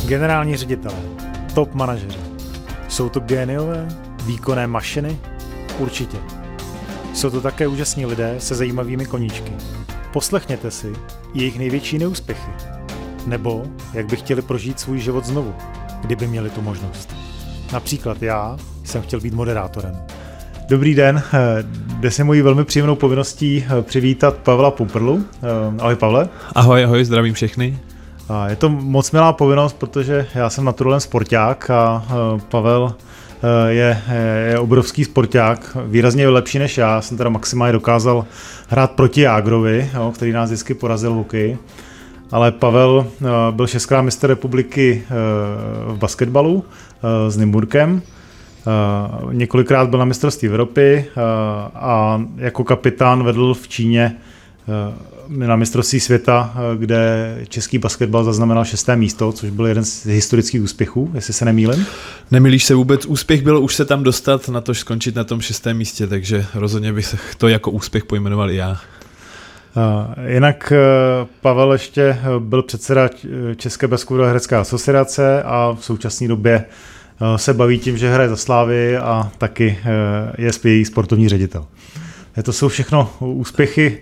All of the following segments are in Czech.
Generální ředitelé, top manažeři. Jsou to géniové, výkonné mašiny? Určitě. Jsou to také úžasní lidé se zajímavými koníčky. Poslechněte si jejich největší neúspěchy. Nebo jak by chtěli prožít svůj život znovu, kdyby měli tu možnost. Například já jsem chtěl být moderátorem. Dobrý den, dnes je mojí velmi příjemnou povinností přivítat Pavla Pumprlu. Ahoj Pavle. Ahoj, zdravím všechny. Je to moc milá povinnost, protože já jsem naturálem sporták a Pavel je obrovský sporták, výrazně lepší než já. Jsem teda maximálně dokázal hrát proti Jágrovi, který nás vždycky porazil v hokeji. Ale Pavel byl 6krát mistr republiky v basketbalu s Nymburkem. Několikrát byl na mistrovství Evropy a jako kapitán vedl v Číně na mistrovství světa, kde český basketbal zaznamenal 6. místo, což byl jeden z historických úspěchů, jestli se nemýlím. Nemýlíš se vůbec, úspěch byl už se tam dostat, na to skončit na tom 6. místě, takže rozhodně bych to jako úspěch pojmenoval i já. Jinak Pavel ještě byl předseda České basketbalové herecké asociace a v současné době se baví tím, že hraje za Slávy a taky je její sportovní ředitel. To jsou všechno úspěchy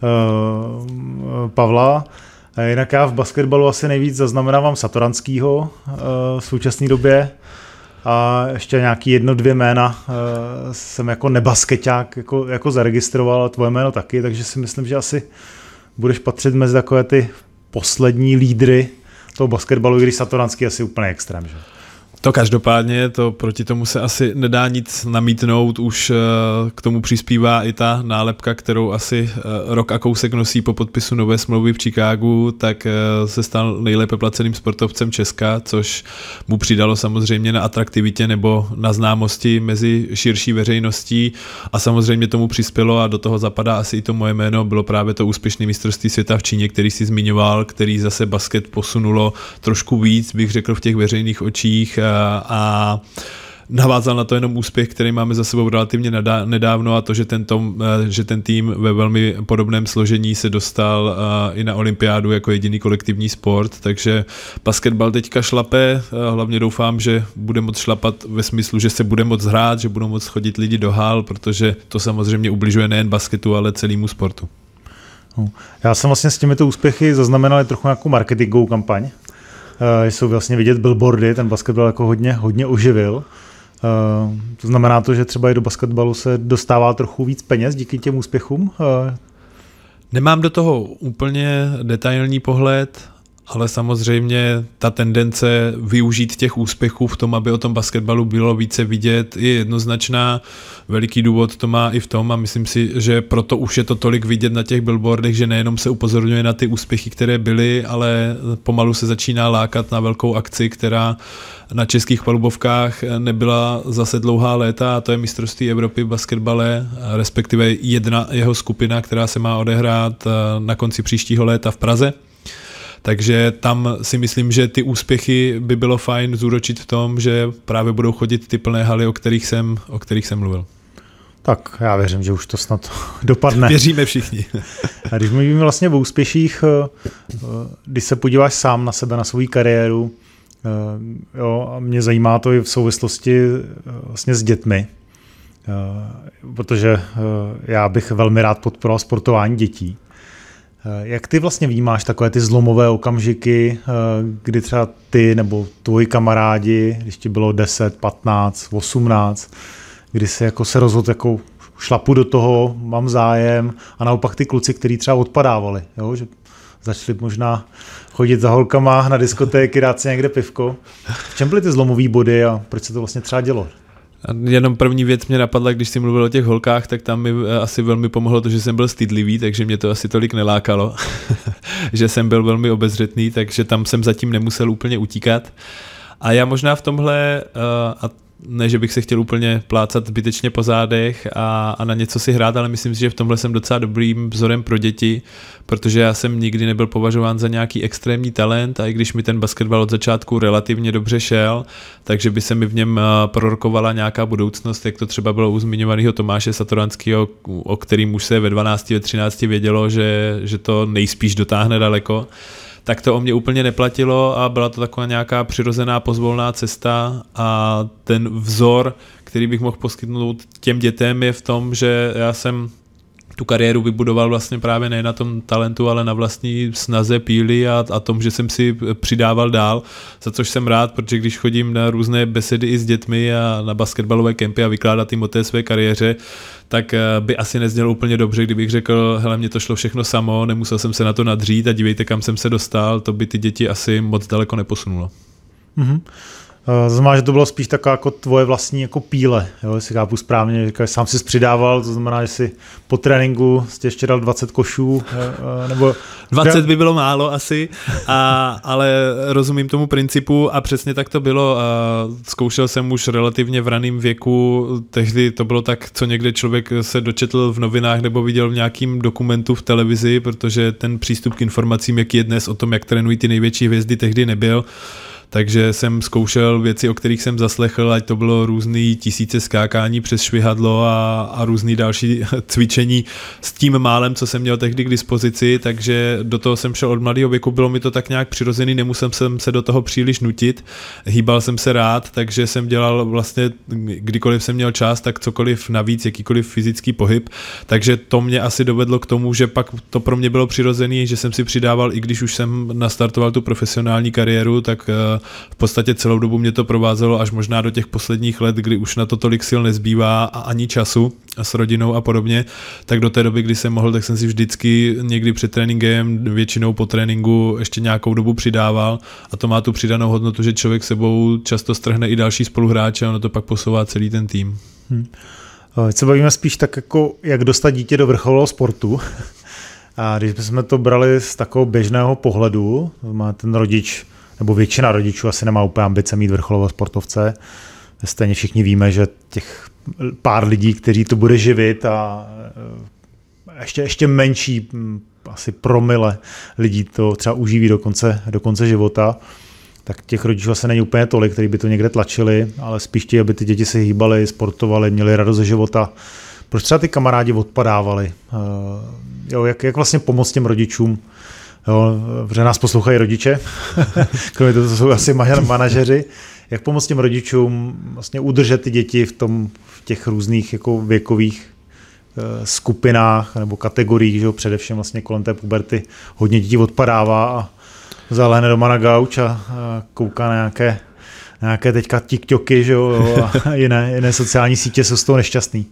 Pavla. Jinak já v basketbalu asi nejvíc zaznamenávám Satoranskýho v současné době a ještě nějaký 1-2 jména jsem jako nebaskeťák jako zaregistroval, a tvoje jméno taky, takže si myslím, že asi budeš patřit mezi takové ty poslední lídry toho basketbalu, když Satoranský asi úplně extrém, že? To každopádně, to proti tomu se asi nedá nic namítnout, už k tomu přispívá i ta nálepka, kterou asi rok a kousek nosí po podpisu nové smlouvy v Chicagu, tak se stal nejlépe placeným sportovcem Česka, což mu přidalo samozřejmě na atraktivitě nebo na známosti mezi širší veřejností a samozřejmě tomu přispělo a do toho zapadá asi i to moje jméno, bylo právě to úspěšné mistrovství světa v Číně, který si zmiňoval, který zase basket posunulo trošku víc, bych řekl, v těch veřejných očích a navázal na to jenom úspěch, který máme za sebou relativně nedávno a to, že ten tým ve velmi podobném složení se dostal i na olympiádu jako jediný kolektivní sport, takže basketbal teďka šlape, hlavně doufám, že bude moc šlapat ve smyslu, že se bude moc hrát, že budou moc chodit lidi do hal, protože to samozřejmě ubližuje nejen basketu, ale celému sportu. Já jsem vlastně s těmito úspěchy zaznamenal trochu nějakou marketingovou kampaň. Jsou vlastně vidět billboardy, ten basketbal jako hodně oživil. To znamená to, že třeba i do basketbalu se dostává trochu víc peněz díky těm úspěchům? Nemám do toho úplně detailní pohled, ale samozřejmě ta tendence využít těch úspěchů v tom, aby o tom basketbalu bylo více vidět, je jednoznačná. Veliký důvod to má i v tom a myslím si, že proto už je to tolik vidět na těch billboardech, že nejenom se upozorňuje na ty úspěchy, které byly, ale pomalu se začíná lákat na velkou akci, která na českých palubovkách nebyla zase dlouhá léta a to je mistrovství Evropy v basketbale, respektive jedna jeho skupina, která se má odehrát na konci příštího léta v Praze. Takže tam si myslím, že ty úspěchy by bylo fajn zúročit v tom, že právě budou chodit ty plné haly, o kterých jsem mluvil. Tak já věřím, že už to snad dopadne. Věříme všichni. A když mluvíme vlastně o úspěších, když se podíváš sám na sebe, na svou kariéru, a mě zajímá to i v souvislosti vlastně s dětmi, protože já bych velmi rád podporoval sportování dětí. Jak ty vlastně vnímáš takové ty zlomové okamžiky, kdy třeba ty nebo tvoji kamarádi, když ti bylo 10, 15, 18, kdy se jako se rozhodl jako šlapu do toho, mám zájem a naopak ty kluci, kteří třeba odpadávali, jo? Že začali možná chodit za holkama na diskotéky, dát si někde pivko. V čem byly ty zlomové body a proč se to vlastně třeba dělo? Jenom první věc mě napadla, když jsi mluvil o těch holkách, tak tam mi asi velmi pomohlo to, že jsem byl stydlivý, takže mě to asi tolik nelákalo, že jsem byl velmi obezřetný, takže tam jsem zatím nemusel úplně utíkat. A já možná v tomhle, a ne, že bych se chtěl úplně plácat zbytečně po zádech a na něco si hrát, ale myslím si, že v tomhle jsem docela dobrým vzorem pro děti, protože já jsem nikdy nebyl považován za nějaký extrémní talent a i když mi ten basketbal od začátku relativně dobře šel, takže by se mi v něm prorokovala nějaká budoucnost, jak to třeba bylo u zmiňovaného Tomáše Satoranského, o kterým už se ve 12, ve 13 vědělo, že to nejspíš dotáhne daleko. tak to o mě úplně neplatilo a byla to taková nějaká přirozená pozvolná cesta a ten vzor, který bych mohl poskytnout těm dětem, je v tom, že já jsem tu kariéru vybudoval vlastně právě ne na tom talentu, ale na vlastní snaze, píli a tom, že jsem si přidával dál, za což jsem rád, protože když chodím na různé besedy i s dětmi a na basketbalové kempy a vykládat jim o té své kariéře, tak by asi neznělo úplně dobře, kdybych řekl, hele, mně to šlo všechno samo, nemusel jsem se na to nadřít a dívejte, kam jsem se dostal, to by ty děti asi moc daleko neposunulo. Mm-hmm. Znamená, že to bylo spíš taková jako tvoje vlastní jako píle, jo, jestli chápu správně, že sám jsi přidával, to znamená, že jsi po tréninku jsi ještě dal 20 košů, nebo... 20 by bylo málo asi, ale rozumím tomu principu a přesně tak to bylo. Zkoušel jsem už relativně v raném věku, tehdy to bylo tak, co někde člověk se dočetl v novinách nebo viděl v nějakým dokumentu v televizi, protože ten přístup k informacím, jak je dnes o tom, jak trénují ty největší hvězdy, tehdy nebyl. Takže jsem zkoušel věci, o kterých jsem zaslechl, ať to bylo různý tisíce skákání přes švihadlo a různý další cvičení s tím málem, co jsem měl tehdy k dispozici, takže do toho jsem šel od mladého věku, bylo mi to tak nějak přirozený, nemusel jsem se do toho příliš nutit, hýbal jsem se rád, takže jsem dělal vlastně, kdykoliv jsem měl čas, tak cokoliv navíc, jakýkoliv fyzický pohyb, takže to mě asi dovedlo k tomu, že pak to pro mě bylo přirozený, že jsem si přidával, i když už jsem nastartoval tu profesionální kariéru, tak v podstatě celou dobu mě to provázelo až možná do těch posledních let, kdy už na to tolik sil nezbývá a ani času a s rodinou a podobně, tak do té doby, kdy jsem mohl, tak jsem si vždycky někdy před tréninkem, většinou po tréninku ještě nějakou dobu přidával a to má tu přidanou hodnotu, že člověk sebou často strhne i další spoluhráče a ono to pak posouvá celý ten tým. Teď se bavíme spíš tak jako, jak dostat dítě do vrcholového sportu. A když jsme to brali z takového běžného pohledu, má ten rodič nebo většina rodičů asi nemá úplně ambice mít vrcholového sportovce. Stejně všichni víme, že těch pár lidí, kteří to bude živit a ještě menší, asi promile lidí to třeba uživí do konce života, tak těch rodičů asi není úplně tolik, kteří by to někde tlačili, ale spíš ti, aby ty děti se hýbaly, sportovaly, měli radost ze života. Proč třeba ty kamarádi odpadávali? Jak vlastně pomoct těm rodičům? Jo, protože nás poslouchají rodiče, kromě toho, to jsou asi manažeři. Jak pomoct těm rodičům vlastně udržet ty děti v těch různých jako věkových skupinách nebo kategoriích, že jo, především vlastně kolem té puberty hodně dětí odpadává a zalehne doma na gauč a kouká na nějaké teďka tiktoky, že jo, a jiné sociální sítě, jsou z toho nešťastný.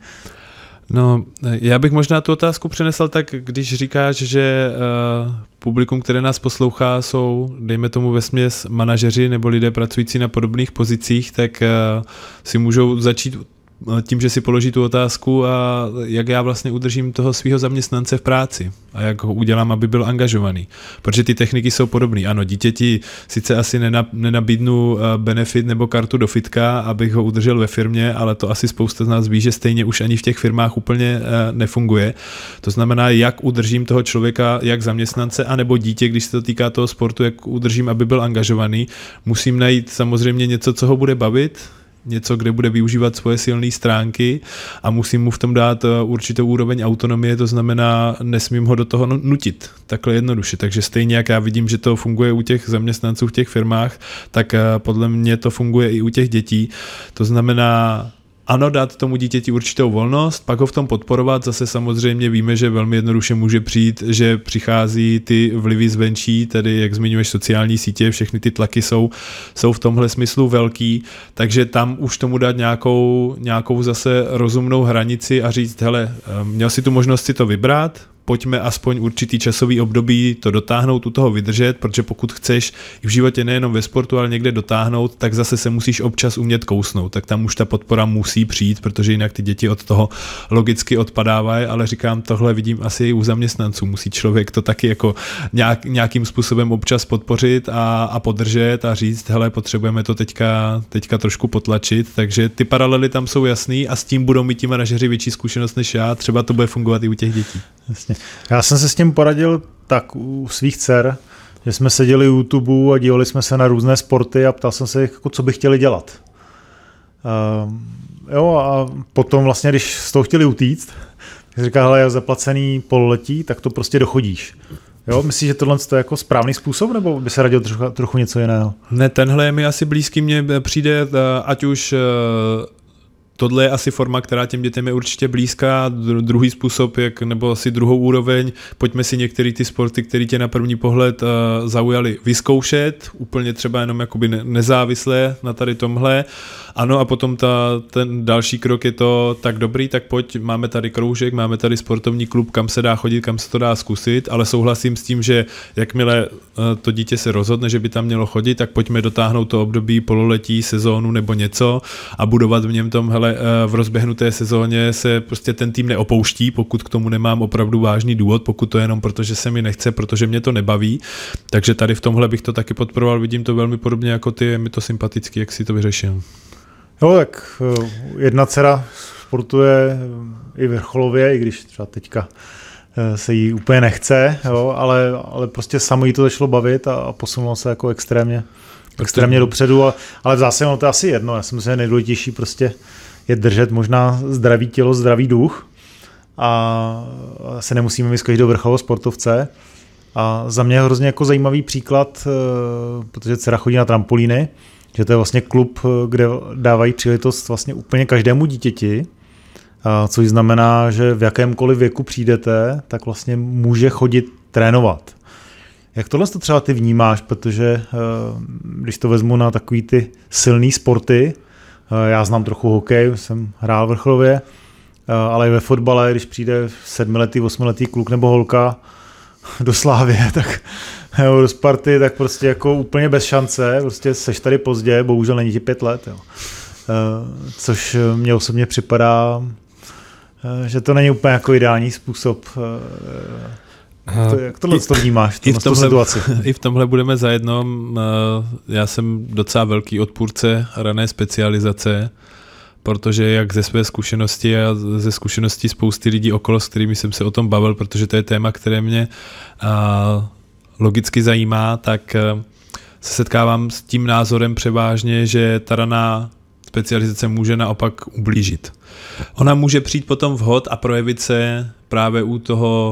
No, já bych možná tu otázku přenesl tak, když říkáš, že publikum, které nás poslouchá, jsou, dejme tomu vesměs, manažeři nebo lidé pracující na podobných pozicích, tak si můžou začít tím, že si položí tu otázku a jak já vlastně udržím toho svého zaměstnance v práci a jak ho udělám, aby byl angažovaný. Protože ty techniky jsou podobné. Ano, dítěti sice asi nenabídnu benefit nebo kartu do fitka, abych ho udržel ve firmě, ale to asi spousta z nás ví, že stejně už ani v těch firmách úplně nefunguje. To znamená, jak udržím toho člověka, jak zaměstnance, anebo dítě, když se to týká toho sportu, jak udržím, aby byl angažovaný. Musím najít samozřejmě něco, co ho bude bavit, něco, kde bude využívat svoje silné stránky a musím mu v tom dát určitou úroveň autonomie, to znamená, nesmím ho do toho nutit, takhle jednoduše. Takže stejně jak já vidím, že to funguje u těch zaměstnanců v těch firmách, tak podle mě to funguje i u těch dětí. To znamená, ano, dát tomu dítěti určitou volnost, pak ho v tom podporovat, zase samozřejmě víme, že velmi jednoduše může přijít, že přichází ty vlivy zvenčí, tedy jak zmiňuješ sociální sítě, všechny ty tlaky jsou v tomhle smyslu velký, takže tam už tomu dát nějakou zase rozumnou hranici a říct, hele, měl si tu možnost si to vybrat, pojďme aspoň určitý časový období to dotáhnout, u toho vydržet, protože pokud chceš i v životě nejenom ve sportu, ale někde dotáhnout, tak zase se musíš občas umět kousnout, tak tam už ta podpora musí přijít, protože jinak ty děti od toho logicky odpadávají, ale říkám, tohle vidím asi i u zaměstnanců, musí člověk to taky jako nějakým způsobem občas podpořit a podržet a říct, hele, potřebujeme to teďka trošku potlačit, takže ty paralely tam jsou jasný a s tím budou mít ti manažeři větší zkušenost než já, třeba to bude fungovat i u těch dětí. Jasně. Já jsem se s tím poradil tak u svých dcer, že jsme seděli u YouTube a dívali jsme se na různé sporty a ptal jsem se jich, co by chtěli dělat. A potom vlastně, když z toho chtěli utíct, tak říkal, hele, je zaplacený pololetí, tak to prostě dochodíš. Jo, myslíš, že tohle je jako správný způsob, nebo by se radil trochu něco jiného? Ne, tenhle je mi asi blízký, mně přijde, ať už tohle je asi forma, která těm dětem je určitě blízká. Druhý způsob, nebo asi druhou úroveň, pojďme si některé ty sporty, které tě na první pohled zaujaly, vyzkoušet, úplně třeba jenom jakoby nezávisle na tady tomhle. Ano, a potom ten další krok je to, tak dobrý, tak pojď, máme tady kroužek, máme tady sportovní klub, kam se dá chodit, kam se to dá zkusit, ale souhlasím s tím, že jakmile to dítě se rozhodne, že by tam mělo chodit, tak pojďme dotáhnout to období pololetí, sezónu nebo něco a budovat v něm tom, hele, v rozběhnuté sezóně se prostě ten tým neopouští, pokud k tomu nemám opravdu vážný důvod, pokud to je jenom proto, že se mi nechce, protože mě to nebaví. Takže tady v tomhle bych to taky podporoval, vidím to velmi podobně jako ty, je mi to sympatický, jak si to vyřešil. Jo, tak jedna dcera sportuje i vrcholově, i když třeba teďka se jí úplně nechce, jo, ale prostě samo jí to začalo bavit a posunulo se jako extrémně dopředu, ale v zásadě to je asi jedno. Já si myslím, že nejdůležitější prostě je držet možná zdravý tělo, zdravý duch a se nemusíme vyskočit do vrcholového sportovce. A za mě je hrozně jako zajímavý příklad, protože dcera chodí na trampolíny, že to je vlastně klub, kde dávají příležitost vlastně úplně každému dítěti, což znamená, že v jakémkoliv věku přijdete, tak vlastně může chodit trénovat. Jak tohle to třeba ty vnímáš, protože když to vezmu na takový ty silný sporty, já znám trochu hokej, jsem hrál vrcholově, ale i ve fotbale, když přijde 7letý, 8letý kluk nebo holka do Slávie, tak do Sparty, tak prostě jako úplně bez šance, prostě seš tady pozdě, bohužel není ti 5 let. Jo. Což mně osobně připadá, že to není úplně jako ideální způsob. Jak tohle to vnímáš, tu situaci? I v tomhle budeme zajedno. Já jsem docela velký odpůrce rané specializace, protože jak ze své zkušenosti a ze zkušeností spousty lidí okolo, s kterými jsem se o tom bavil, protože to je téma, které mě logicky zajímá, tak se setkávám s tím názorem převážně, že ta raná specializace může naopak ublížit. Ona může přijít potom vhod a projevit se právě u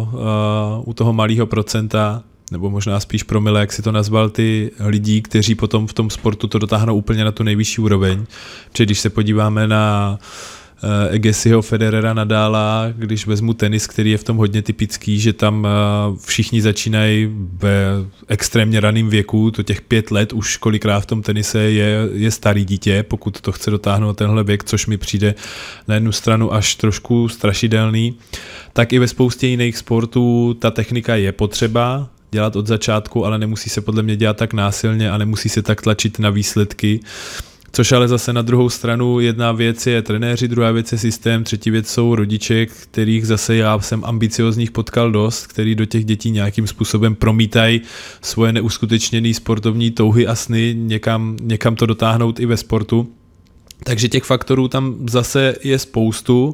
toho malého procenta, nebo možná spíš promile, jak si to nazval, ty lidí, kteří potom v tom sportu to dotáhnou úplně na tu nejvyšší úroveň. Čili když se podíváme na Agassiho, Federera, Nadála, když vezmu tenis, který je v tom hodně typický, že tam všichni začínají ve extrémně raném věku, to těch 5 let už kolikrát v tom tenise je starý dítě, pokud to chce dotáhnout tenhle věk, což mi přijde na jednu stranu až trošku strašidelný, tak i ve spoustě jiných sportů ta technika je potřeba dělat od začátku, ale nemusí se podle mě dělat tak násilně a nemusí se tak tlačit na výsledky. Což ale zase na druhou stranu jedna věc je trenéři, druhá věc je systém, třetí věc jsou rodiče, kterých zase já jsem ambiciozních potkal dost, který do těch dětí nějakým způsobem promítají svoje neuskutečněné sportovní touhy a sny, někam to dotáhnout i ve sportu. Takže těch faktorů tam zase je spoustu,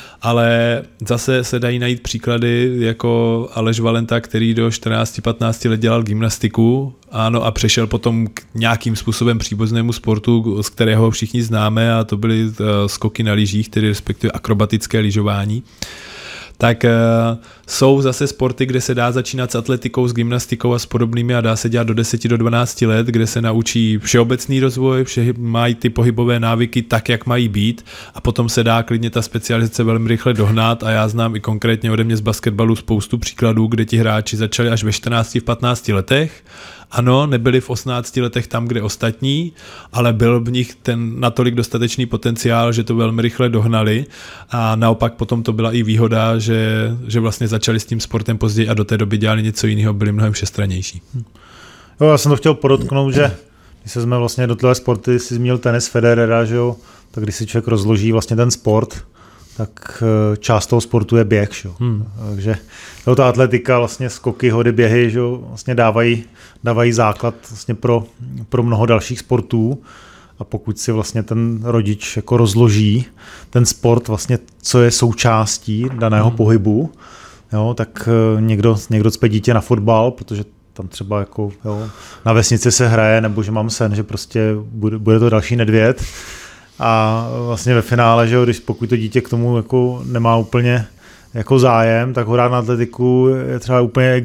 ale zase se dají najít příklady jako Aleš Valenta, který do 14-15 let dělal gymnastiku, ano, a přešel potom k nějakým způsobem příbuznému sportu, z kterého všichni známe, a to byly skoky na lyžích, tedy respektive akrobatické lyžování. Tak jsou zase sporty, kde se dá začínat s atletikou, s gymnastikou a s podobnými a dá se dělat do 10 do 12 let, kde se naučí všeobecný rozvoj, mají ty pohybové návyky tak, jak mají být, a potom se dá klidně ta specializace velmi rychle dohnat. A já znám i konkrétně ode mě z basketbalu spoustu příkladů, kde ti hráči začali až ve 14, v 15 letech. Ano, nebyli v 18 letech tam, kde ostatní, ale byl v nich ten natolik dostatečný potenciál, že to velmi rychle dohnali, a naopak potom to byla i výhoda, že vlastně začali s tím sportem později a do té doby dělali něco jiného, byli mnohem všestrannější. Jo, já jsem to chtěl podotknout, že když se jsme vlastně jednotlivé sporty, si zmínil tenis, Federera, že jo, tak když si člověk rozloží vlastně ten sport, tak část toho sportu je běh. Že? Takže ta atletika, vlastně skoky, hody, běhy, že? Vlastně dávají základ vlastně pro mnoho dalších sportů, a pokud si vlastně ten rodič jako rozloží ten sport, vlastně, co je součástí daného pohybu, jo, tak někdo cpe dítě na fotbal, protože tam třeba jako, jo, na vesnici se hraje, nebo že mám sen, že prostě bude to další Nedvěd. A vlastně ve finále, že jo, pokud to dítě k tomu jako nemá úplně jako zájem, tak ho hrát na atletiku je třeba úplně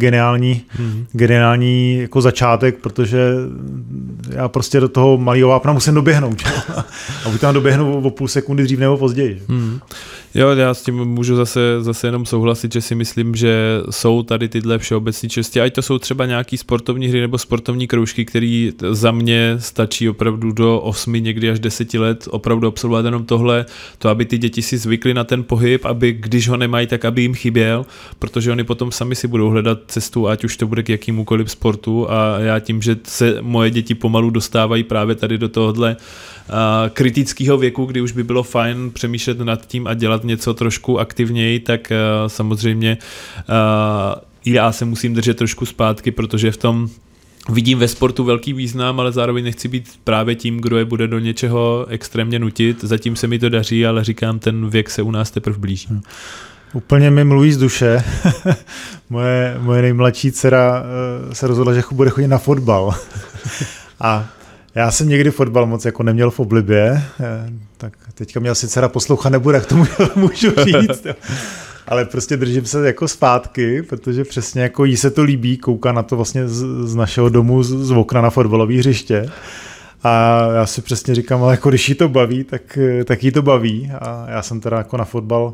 geniální jako začátek, protože já prostě do toho malého vápna musím doběhnout. A buď tam doběhnu o půl sekundy dřív nebo později. Jo, já s tím můžu zase jenom souhlasit, že si myslím, že jsou tady tyhle všeobecné česti, ať to jsou třeba nějaký sportovní hry nebo sportovní kroužky, které za mě stačí opravdu do 8, někdy až 10 let opravdu absolvovat jenom tohle, to, aby ty děti si zvykly na ten pohyb, aby když ho nemají, tak aby jim chyběl, protože oni potom sami si budou hledat cestu, ať už to bude k jakýmukoliv sportu, a já tím, že se moje děti pomalu dostávají právě tady do tohohle kritického věku, kdy už by bylo fajn přemýšlet nad tím a dělat něco trošku aktivněji, tak samozřejmě já se musím držet trošku zpátky, protože v tom vidím ve sportu velký význam, ale zároveň nechci být právě tím, kdo je bude do něčeho extrémně nutit. Zatím se mi to daří, ale říkám, ten věk se u nás teprve blíží. Úplně mi mluví z duše. Moje nejmladší dcera se rozhodla, že bude chodit na fotbal. A já jsem někdy fotbal moc jako neměl v oblibě, tak teďka mě asi dcera poslouchat nebude, k tomu můžu říct. Ale prostě držím se jako zpátky, protože přesně jako jí se to líbí, kouká na to vlastně z našeho domu z okna na fotbalové hřiště. A já si přesně říkám, ale jako když jí to baví, tak jí to baví. A já jsem teda jako na fotbal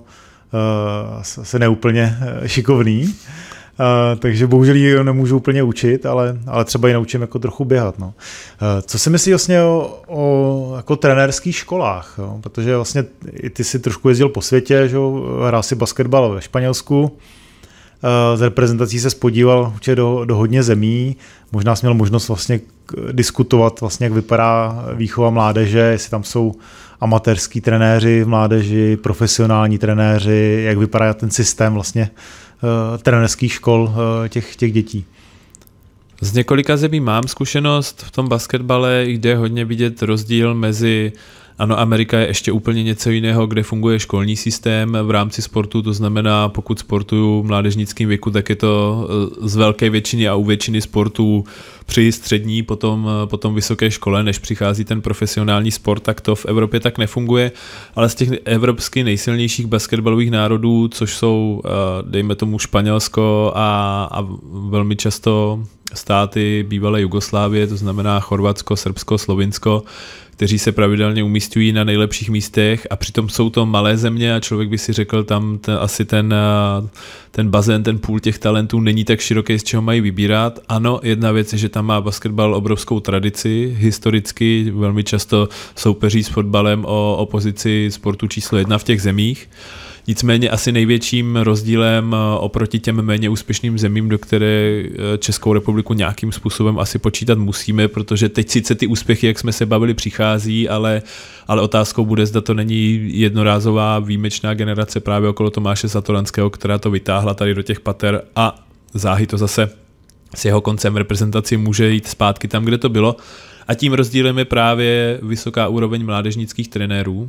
se neúplně šikovný. Takže bohužel ji nemůžu úplně učit, ale třeba ji naučím jako trochu běhat. No. Co si myslíš vlastně o jako trenérských školách? Jo? Protože vlastně i ty si trošku jezdil po světě, že hrál si basketbal ve Španělsku, z reprezentací se spodíval do hodně zemí, možná jsi měl možnost vlastně diskutovat, vlastně, jak vypadá výchova mládeže, jestli tam jsou amatérský trenéři v mládeži, profesionální trenéři, jak vypadá ten systém vlastně trenérských škol těch dětí. Z několika zemí mám zkušenost, v tom basketbale jde hodně vidět rozdíl mezi, ano, Amerika je ještě úplně něco jiného, kde funguje školní systém v rámci sportu, to znamená, pokud sportuju v mládežnickém věku, tak je to z velké většiny a u většiny sportů při střední, potom vysoké škole, než přichází ten profesionální sport, tak to v Evropě tak nefunguje, ale z těch evropsky nejsilnějších basketbalových národů, což jsou, dejme tomu, Španělsko a velmi často státy bývalé Jugoslávie, to znamená Chorvatsko, Srbsko, Slovinsko, kteří se pravidelně umísťují na nejlepších místech a přitom jsou to malé země a člověk by si řekl, tam asi ten bazén, ten půl těch talentů není tak široký, z čeho mají vybírat. Ano, jedna věc je, že tam má basketbal obrovskou tradici, historicky velmi často soupeří s fotbalem o pozici sportu číslo 1 v těch zemích. Nicméně asi největším rozdílem oproti těm méně úspěšným zemím, do které Českou republiku nějakým způsobem asi počítat musíme, protože teď sice ty úspěchy, jak jsme se bavili, přichází, ale otázkou bude, zda to není jednorázová výjimečná generace právě okolo Tomáše Zatoranského, která to vytáhla tady do těch pater a záhy to zase s jeho koncem reprezentaci může jít zpátky tam, kde to bylo. A tím rozdílem je právě vysoká úroveň mládežnických trenérů,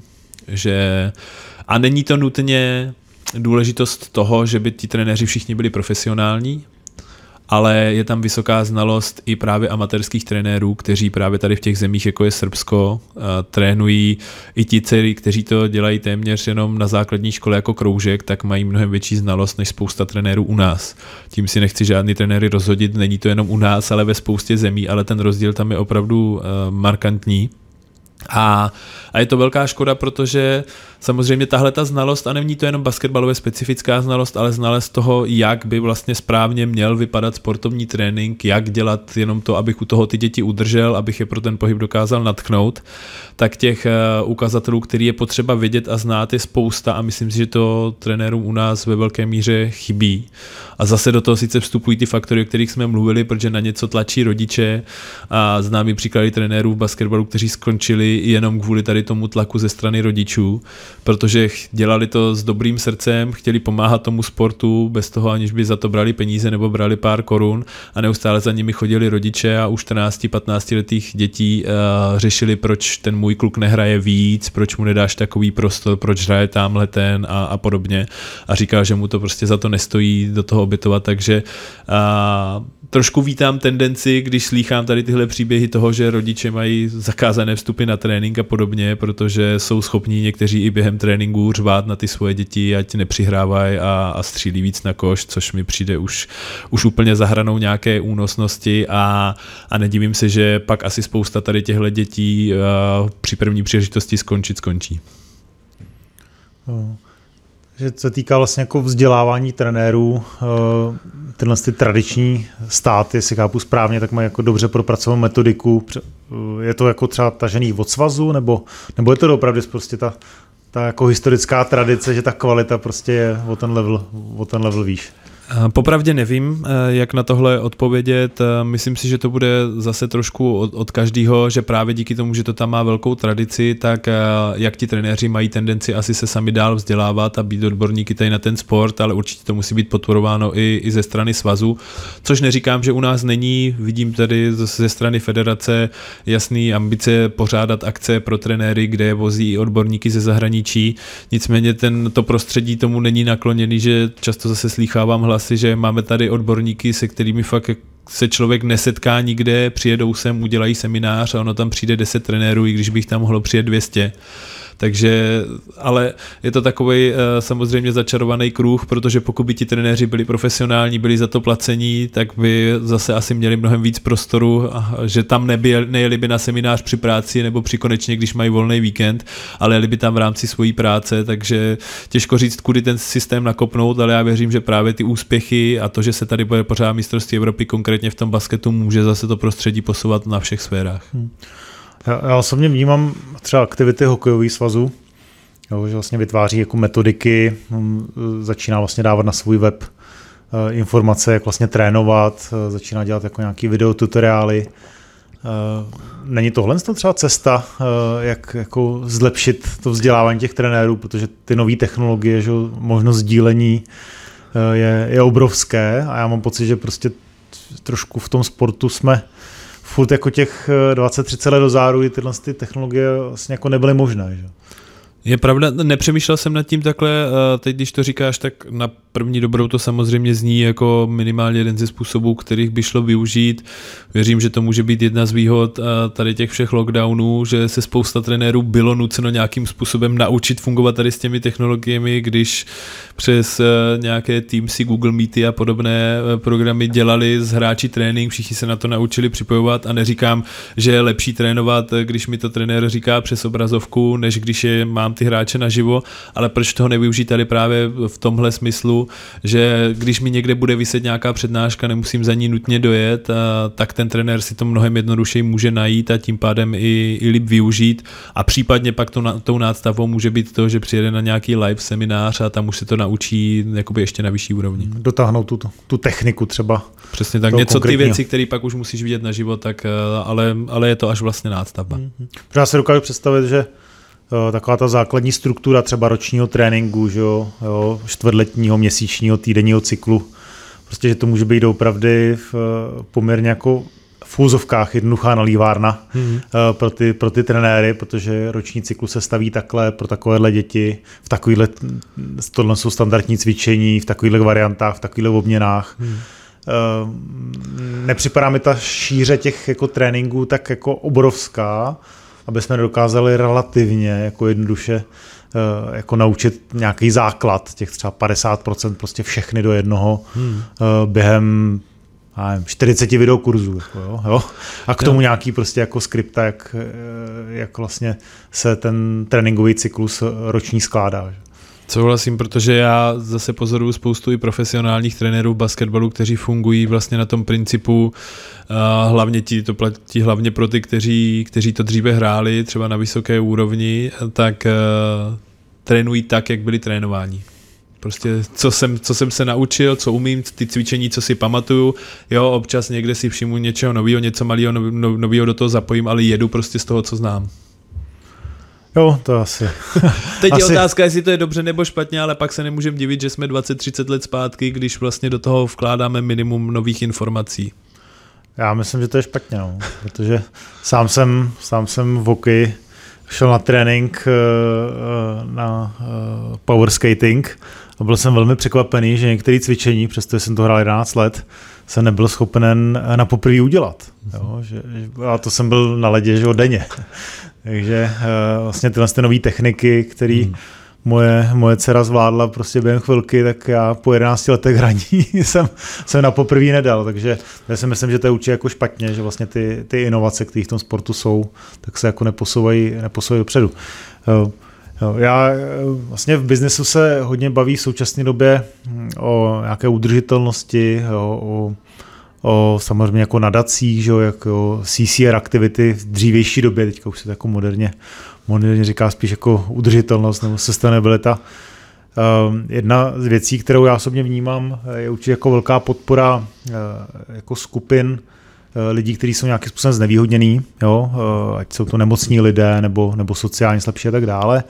a není to nutně důležitost toho, že by ti trenéři všichni byli profesionální, ale je tam vysoká znalost i právě amatérských trenérů, kteří právě tady v těch zemích, jako je Srbsko, trénují i ti dcery, kteří to dělají téměř jenom na základní škole jako kroužek, tak mají mnohem větší znalost než spousta trenérů u nás. Tím si nechci žádný trenéry rozhodit, není to jenom u nás, ale ve spoustě zemí, ale ten rozdíl tam je opravdu markantní. A je to velká škoda, protože samozřejmě tahle ta znalost, a není to jenom basketbalově specifická znalost, ale znalost toho, jak by vlastně správně měl vypadat sportovní trénink, jak dělat jenom to, abych u toho ty děti udržel, abych je pro ten pohyb dokázal natknout, tak těch ukazatelů, který je potřeba vědět a znát, je spousta a myslím si, že to trenérům u nás ve velké míře chybí. A zase do toho sice vstupují ty faktory, o kterých jsme mluvili, protože na něco tlačí rodiče a známý příklady trenérů v basketbalu, kteří skončili jenom kvůli tady tomu tlaku ze strany rodičů, protože dělali to s dobrým srdcem, chtěli pomáhat tomu sportu bez toho, aniž by za to brali peníze nebo brali pár korun a neustále za nimi chodili rodiče a u 14-15 letých dětí řešili, proč ten můj kluk nehraje víc, proč mu nedáš takový prostor, proč hraje tamhle ten a podobně a říkal, že mu to prostě za to nestojí do toho obětovat, takže trošku vítám tendenci, když slýchám tady tyhle příběhy toho, že rodiče mají zakázané vstupy na trénink a podobně, protože jsou schopní někteří i během tréninku řvát na ty svoje děti, ať nepřihrávají a střílí víc na koš, což mi přijde už úplně za hranou nějaké únosnosti a nedivím se, že pak asi spousta tady těchto dětí při první příležitosti skončí. Že se týká vlastně jako vzdělávání trenérů, tyhle ty tradiční státy, jestli chápu správně, tak mají jako dobře propracovanou metodiku. Je to jako třeba tažený od svazu, nebo je to opravdu prostě ta jako historická tradice, že ta kvalita prostě je o ten level výš? Popravdě nevím, jak na tohle odpovědět. Myslím si, že to bude zase trošku od každého, že právě díky tomu, že to tam má velkou tradici, tak jak ti trenéři mají tendenci asi se sami dál vzdělávat a být odborníky tady na ten sport, ale určitě to musí být podporováno i ze strany svazu, což neříkám, že u nás není. Vidím tady ze strany federace jasný ambice pořádat akce pro trenéry, kde vozí odborníky ze zahraničí. Nicméně to prostředí tomu není nakloněný, že často zase slýchávám hlasy, že máme tady odborníky, se kterými fakt se člověk nesetká nikde, přijedou sem, udělají seminář a ono tam přijde 10 trenérů, i když bych tam mohlo přijet 200. Takže, ale je to takovej samozřejmě začarovaný kruh, protože pokud by ti trenéři byli profesionální, byli za to placení, tak by zase asi měli mnohem víc prostoru, že tam nejeli by na seminář při práci nebo při konečně, když mají volný víkend, ale jeli by tam v rámci svojí práce, takže těžko říct, kudy ten systém nakopnout, ale já věřím, že právě ty úspěchy a to, že se tady bude pořád mistrovství Evropy, konkrétně v tom basketu, může zase to prostředí posouvat na všech sférách. Já osobně vnímám třeba aktivity hokejových svazů, že vlastně vytváří jako metodiky, začíná vlastně dávat na svůj web informace, jak vlastně trénovat, začíná dělat jako nějaký videotutoriály. Není tohle třeba cesta, jak jako zlepšit to vzdělávání těch trenérů, protože ty nové technologie, že možnost sdílení je obrovské a já mám pocit, že prostě trošku v tom sportu jsme furt jako těch 20-30 let dozadu tyhle ty technologie vlastně jako nebyly možné. Že? Je pravda, nepřemýšlel jsem nad tím takhle, teď když to říkáš, tak na první dobrou to samozřejmě zní jako minimálně jeden ze způsobů, kterých by šlo využít. Věřím, že to může být jedna z výhod tady těch všech lockdownů, že se spousta trenérů bylo nuceno nějakým způsobem naučit fungovat tady s těmi technologiemi, když přes nějaké Teamsy, Google Meety a podobné programy dělali z hráči trénink, všichni se na to naučili připojovat a neříkám, že je lepší trénovat, když mi to trenér říká přes obrazovku, než když mám ty hráče naživo, ale proč toho nevyužít tady právě v tomhle smyslu, že když mi někde bude viset nějaká přednáška, nemusím za ní nutně dojet, tak ten trenér si to mnohem jednodušeji může najít a tím pádem i líp využít a případně pak tou nástavou může být to, že přijede na nějaký live seminář a tam už se to naučí jakoby ještě na vyšší úrovni. Dotáhnout tu techniku třeba. Přesně tak, něco ty věci, které pak už musíš vidět naživo, tak, ale je to až vlastně nástavba. Já se dokážu představit, že taková ta základní struktura třeba ročního tréninku, že jo, čtvrtletního, měsíčního, týdenního cyklu, prostě, že to může být opravdu poměrně jako v úzovkách jednoduchá nalívárna pro ty trenéry, protože roční cyklus se staví takhle pro takovéhle děti, v takovýhle, tohle jsou standardní cvičení, v takovýchhle variantách, v takovýchhle obměnách. Nepřipadá mi ta šíře těch jako tréninků tak jako obrovská, aby jsme dokázali relativně jako jednoduše jako naučit nějaký základ, těch třeba 50% prostě všechny do jednoho během 40 videokurzů. Jo? A k tomu nějaký prostě jako skripta, jak vlastně se ten tréninkový cyklus roční skládá. Že? Souhlasím, protože já zase pozoruju spoustu i profesionálních trenérů basketbalu, kteří fungují vlastně na tom principu, hlavně to platí hlavně pro ty, kteří to dříve hráli, třeba na vysoké úrovni, tak trénují tak, jak byli trénováni. Prostě co jsem se naučil, co umím, ty cvičení, co si pamatuju, jo, občas někde si všimnu něčeho nového, něco malého nového do toho zapojím, ale jedu prostě z toho, co znám. Jo, to asi. Teď je otázka, jestli to je dobře nebo špatně, ale pak se nemůžeme divit, že jsme 20-30 let zpátky, když vlastně do toho vkládáme minimum nových informací. Já myslím, že to je špatně, no, protože sám jsem v hokeji šel na trénink na power skating a byl jsem velmi překvapený, že některé cvičení, přestože jsem to hrál 11 let, jsem nebyl schopen na poprvé udělat. Jo? A to jsem byl na ledě, že denně. Takže vlastně tyhle nové techniky, které moje dcera zvládla prostě během chvilky, tak já po 11 letech hraní jsem na poprvé nedal, takže já si myslím, že to je určitě jako špatně, že vlastně ty inovace, které v tom sportu jsou, tak se jako neposouvají dopředu. Já vlastně v biznesu se hodně baví v současné době o nějaké udržitelnosti, o samozřejmě jako nadacích, že jako CCR aktivity v dřívější době, teďka už se to jako moderně říká spíš jako udržitelnost nebo sustainabilita. Jedna z věcí, kterou já osobně vnímám, je určitě jako velká podpora jako skupin lidí, kteří jsou nějakým způsobem znevýhodnění, jo? Ať jsou to nemocní lidé nebo sociálně slabší a tak dále.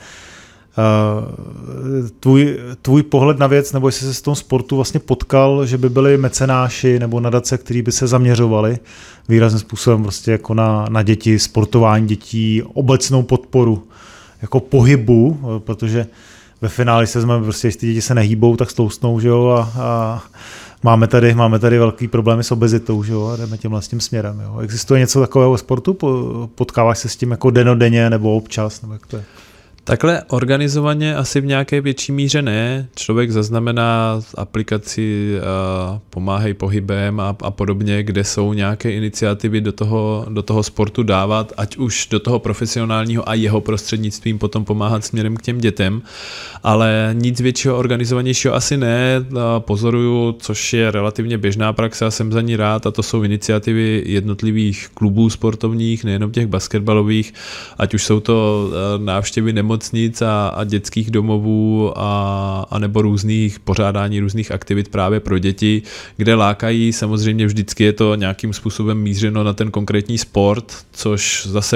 Tvůj pohled na věc, nebo jestli se s tom sportu vlastně potkal, že by byli mecenáši nebo nadace, kteří by se zaměřovali výrazným způsobem prostě jako na děti, sportování dětí, obecnou podporu jako pohybu, protože ve finále se vezmeme, prostě, jestli ty děti se nehýbou, tak stloustnou, že jo, a máme tady velký problémy s obezitou, že jo, a jdeme tímhle s tím směrem, jo. Existuje něco takového ve sportu? Potkáváš se s tím jako dennodenně nebo občas, nebo jak to je? Takhle organizovaně asi v nějaké větší míře ne. Člověk zaznamená aplikaci Pomáhej pohybem a podobně, kde jsou nějaké iniciativy do toho sportu dávat, ať už do toho profesionálního a jeho prostřednictvím potom pomáhat směrem k těm dětem, ale nic většího organizovanějšího asi ne. Pozoruju, což je relativně běžná praxe a jsem za ní rád, a to jsou iniciativy jednotlivých klubů sportovních, nejenom těch basketbalových, ať už jsou to návštěvy nemocnic a dětských domovů a nebo pořádání různých aktivit právě pro děti, kde lákají, samozřejmě vždycky je to nějakým způsobem mířeno na ten konkrétní sport, což zase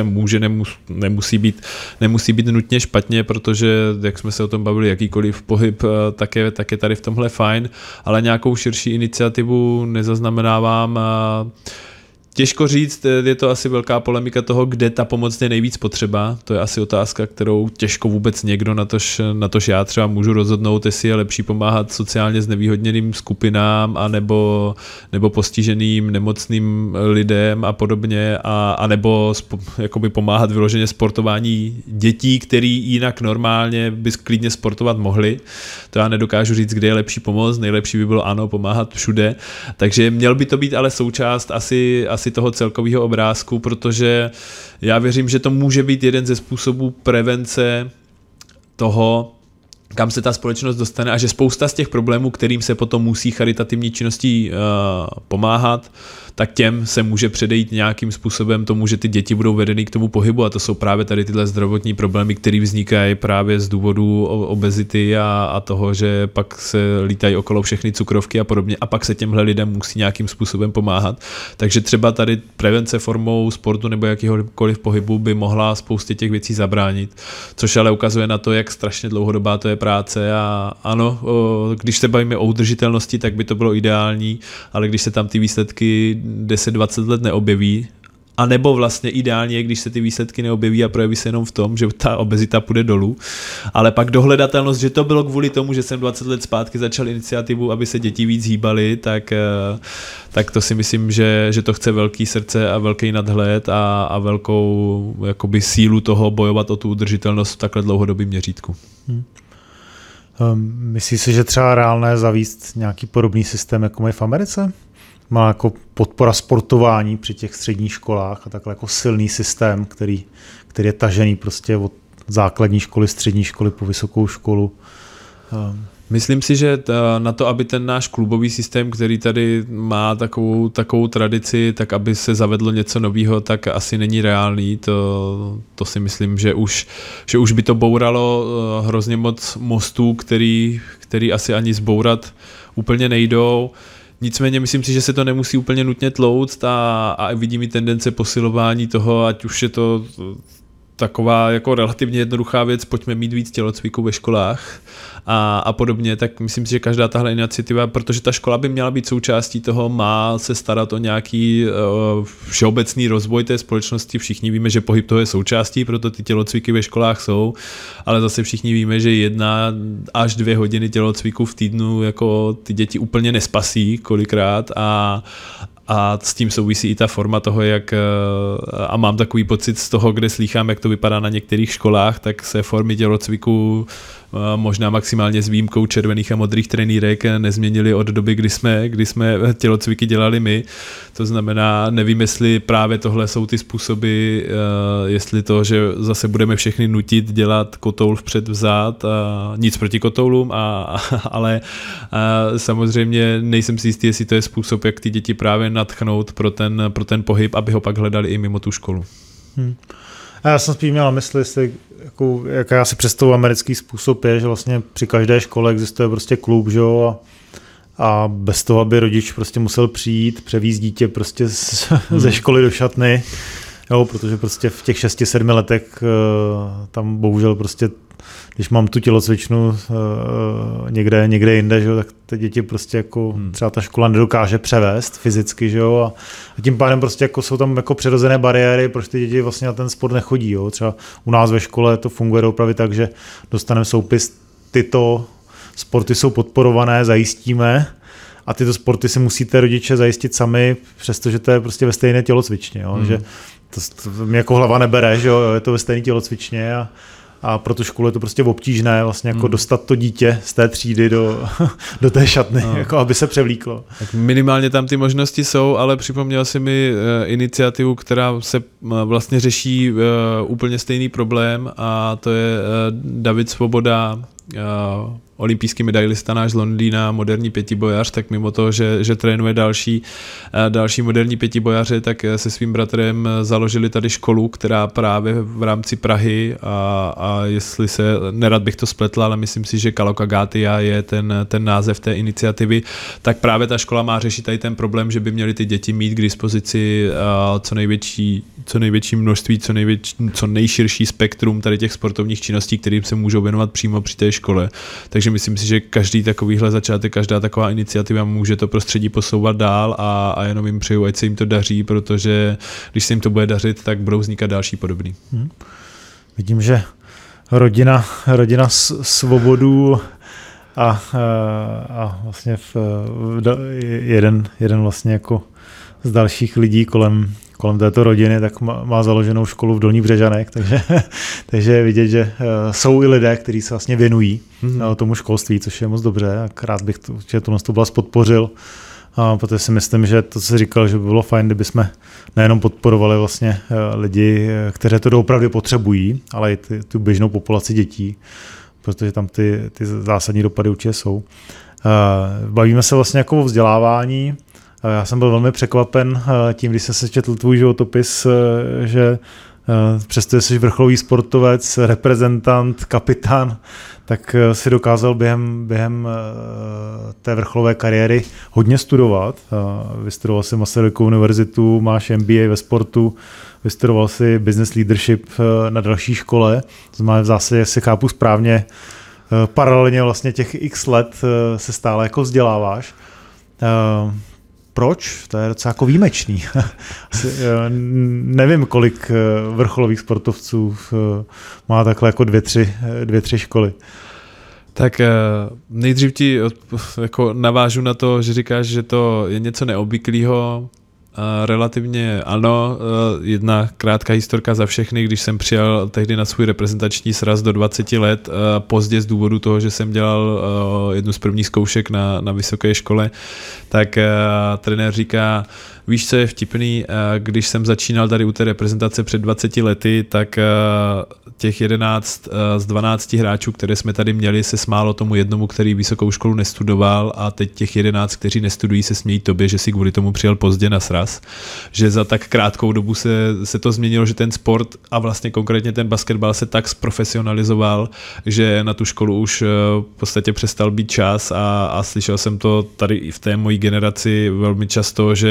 nemusí být nutně špatně, protože, jak jsme se o tom bavili, jakýkoliv pohyb tak je tady v tomhle fajn, ale nějakou širší iniciativu nezaznamenávám. Těžko říct, je to asi velká polemika toho, kde ta pomoc je nejvíc potřeba. To je asi otázka, kterou těžko vůbec někdo, natož já třeba můžu rozhodnout, jestli je lepší pomáhat sociálně znevýhodněným skupinám nebo postiženým, nemocným lidem a podobně, a nebo jakoby pomáhat vyloženě sportování dětí, který jinak normálně by klidně sportovat mohli. To já nedokážu říct, kde je lepší pomoc. Nejlepší by bylo pomáhat všude. Takže měl by to být ale součást asi toho celkového obrázku, protože já věřím, že to může být jeden ze způsobů prevence toho, kam se ta společnost dostane, a že spousta z těch problémů, kterým se potom musí charitativní činností pomáhat, tak těm se může předejít nějakým způsobem tomu, že ty děti budou vedeny k tomu pohybu, a to jsou právě tady tyhle zdravotní problémy, které vznikají právě z důvodu obezity a toho, že pak se lítají okolo všechny cukrovky a podobně, a pak se těmhle lidem musí nějakým způsobem pomáhat. Takže třeba tady prevence formou sportu nebo jakýhokoliv pohybu by mohla spoustě těch věcí zabránit, což ale ukazuje na to, jak strašně dlouhodobá to je práce, a ano, když se bavíme o udržitelnosti, tak by to bylo ideální, ale když se tam ty výsledky 10-20 let neobjeví, a nebo vlastně ideálně je, když se ty výsledky neobjeví a projeví se jenom v tom, že ta obezita půjde dolů, ale pak dohledatelnost, že to bylo kvůli tomu, že jsem 20 let zpátky začal iniciativu, aby se děti víc hýbaly, tak to si myslím, že to chce velký srdce a velký nadhled a velkou jakoby sílu toho bojovat o tu udržitelnost v takhle dlouhodobém měřítku. Myslíš si, že třeba reálné zavést nějaký podobný systém, jako mají v Americe? Má jako podpora sportování při těch středních školách a takhle jako silný systém, který je tažený prostě od základní školy, střední školy po vysokou školu. Myslím si, že na to, aby ten náš klubový systém, který tady má takovou tradici, tak aby se zavedlo něco nového, tak asi není reálný. To si myslím, že už by to bouralo hrozně moc mostů, který asi ani zbourat úplně nejdou. Nicméně myslím si, že se to nemusí úplně nutně tlouct a vidím i tendence posilování toho, ať už je to taková jako relativně jednoduchá věc, pojďme mít víc tělocviku ve školách a podobně, tak myslím si, že každá tahle iniciativa, protože ta škola by měla být součástí toho, má se starat o nějaký všeobecný rozvoj té společnosti. Všichni víme, že pohyb toho je součástí, proto ty tělocviky ve školách jsou, ale zase všichni víme, že 1 až 2 hodiny tělocviku v týdnu jako ty děti úplně nespasí kolikrát a s tím souvisí i ta forma toho, jak, a mám takový pocit z toho, kde slýchám, jak to vypadá na některých školách, tak se formy tělocviku možná maximálně s výjimkou červených a modrých trenýrek nezměnily od doby, kdy jsme tělocviky dělali my. To znamená, nevím, jestli právě tohle jsou ty způsoby, jestli to, že zase budeme všechny nutit dělat kotoul vpřed vzad, nic proti kotoulům, ale samozřejmě nejsem si jistý, jestli to je způsob, jak ty děti právě nadchnout pro ten pohyb, aby ho pak hledali i mimo tu školu. A já jsem spíš měl na mysli, jak já si představuji americký způsob je, že vlastně při každé škole existuje prostě klub, že jo, a bez toho, aby rodič prostě musel přijít, převízt dítě prostě ze školy do šatny, jo, protože prostě v těch 6-7 letech tam bohužel prostě, když mám tu tělocvičnu někde jinde, že jo, tak ty děti prostě jako třeba ta škola nedokáže převést fyzicky, že jo, a tím pádem prostě jako jsou tam jako přirozené bariéry, proč ty děti vlastně na ten sport nechodí, jo. Třeba u nás ve škole to funguje opravdu tak, že dostaneme soupis, tyto sporty jsou podporované, zajistíme, a tyto sporty si musíte rodiče zajistit sami, přestože to je prostě ve stejné tělocvičně, jo, že to mě jako hlava nebere, že jo, je to ve stejné tělocvičně a pro tu školu je to prostě obtížné vlastně jako dostat to dítě z té třídy do té šatny, jako aby se převlíklo. Tak minimálně tam ty možnosti jsou, ale připomněl si mi iniciativu, která se vlastně řeší úplně stejný problém, a to je David Svoboda, olympijský medailista náš z Londýna, moderní pětibojař, tak mimo toho, že trénuje další moderní pětibojaře, tak se svým bratrem založili tady školu, která právě v rámci Prahy a jestli se, nerad bych to spletl, ale myslím si, že Kalokagatia je ten název té iniciativy, tak právě ta škola má řešit tady ten problém, že by měly ty děti mít k dispozici co největší množství, co nejširší spektrum tady těch sportovních činností, kterým se můžou věnovat přímo při té škole. Takže myslím si, že každý takovýhle začátek, každá taková iniciativa může to prostředí posouvat dál a jenom jim přeju, ať se jim to daří, protože když se jim to bude dařit, tak budou vznikat další podobný. Vidím, že rodina Svobodů a vlastně jeden vlastně jako z dalších lidí kolem této rodiny, tak má založenou školu v Dolních Břežanech, takže je vidět, že jsou i lidé, kteří se vlastně věnují tomu školství, což je moc dobře, a rád bych že tohle vás podpořil, protože si myslím, že to, co jsi říkal, že by bylo fajn, kdyby jsme nejenom podporovali vlastně lidi, kteří to opravdu potřebují, ale i tu běžnou populaci dětí, protože tam ty zásadní dopady určitě jsou. Bavíme se vlastně jako o vzdělávání. Já jsem byl velmi překvapen tím, když jsem se četl tvůj životopis, že přestože jsi vrcholový sportovec, reprezentant, kapitán, tak si dokázal během té vrcholové kariéry hodně studovat. Vystudoval si Masarykovu univerzitu, máš MBA ve sportu, vystudoval si business leadership na další škole. To znamená, v zásadě, si chápu správně, paralelně vlastně těch x let se stále jako vzděláváš. Proč? To je docela jako výjimečný. Nevím, kolik vrcholových sportovců má takhle jako dvě, tři školy. Tak nejdřív ti jako navážu na to, že říkáš, že to je něco neobvyklého. Relativně ano, jedna krátká historka za všechny, když jsem přijel tehdy na svůj reprezentační sraz do 20 let, pozdě z důvodu toho, že jsem dělal jednu z prvních zkoušek na vysoké škole, tak trenér říká, víš, co je vtipný, když jsem začínal tady u té reprezentace před 20 lety, tak těch 11 z 12 hráčů, které jsme tady měli, se smálo tomu jednomu, který vysokou školu nestudoval, a teď těch 11, kteří nestudují, se smějí tobě, že si kvůli tomu přijel pozdě na sraz. Že za tak krátkou dobu se to změnilo, že ten sport a vlastně konkrétně ten basketbal se tak zprofesionalizoval, že na tu školu už v podstatě přestal být čas a slyšel jsem to tady i v té mojí generaci velmi často, že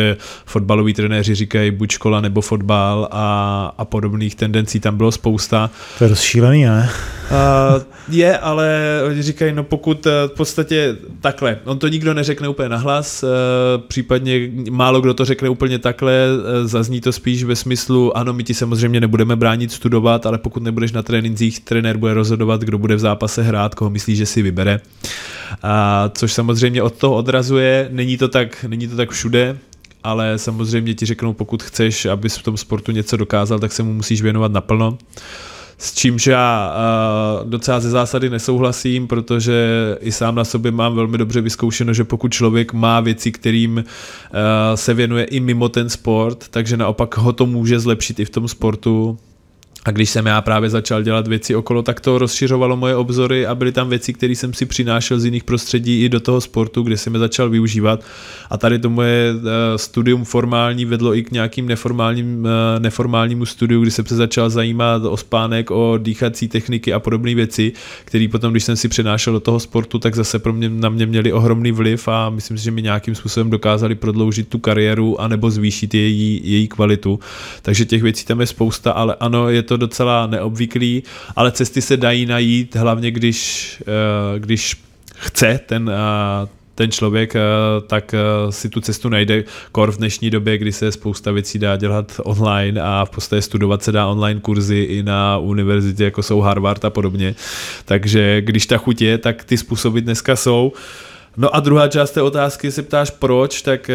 fotbaloví trenéři říkají buď škola nebo fotbal a podobných tendencí tam bylo spousta. To je rozšílený, ne? Je, ale lidi říkají, no pokud v podstatě takhle, on to nikdo neřekne úplně nahlas, případně málo kdo to řekne úplně takhle, zazní to spíš ve smyslu, ano, my ti samozřejmě nebudeme bránit studovat, ale pokud nebudeš na trénincích, trenér bude rozhodovat, kdo bude v zápase hrát, koho myslí, že si vybere. Což samozřejmě od toho odrazuje, není to tak všude, ale samozřejmě ti řeknou, pokud chceš, abys v tom sportu něco dokázal, tak se mu musíš věnovat naplno. S čímž já docela ze zásady nesouhlasím, protože i sám na sobě mám velmi dobře vyzkoušeno, že pokud člověk má věci, kterým se věnuje i mimo ten sport, takže naopak ho to může zlepšit i v tom sportu. A když jsem já právě začal dělat věci okolo, tak to rozšiřovalo moje obzory a byly tam věci, které jsem si přinášel z jiných prostředí i do toho sportu, kde jsem je začal využívat. A tady to moje studium formální vedlo i k nějakým neformálnímu studiu, kdy jsem se začal zajímat o spánek, o dýchací techniky a podobné věci, které potom, když jsem si přenášel do toho sportu, tak zase na mě měly ohromný vliv a myslím si, že mi nějakým způsobem dokázali prodloužit tu kariéru anebo zvýšit její kvalitu. Takže těch věcí tam je spousta, ale ano, je to docela neobvyklý, ale cesty se dají najít, hlavně když chce ten člověk, tak si tu cestu najde, kor v dnešní době, kdy se spousta věcí dá dělat online a v podstatě studovat se dá online kurzy i na univerzitě, jako jsou Harvard a podobně. Takže když ta chuť je, tak ty způsoby dneska jsou. No a druhá část té otázky, se ptáš proč, tak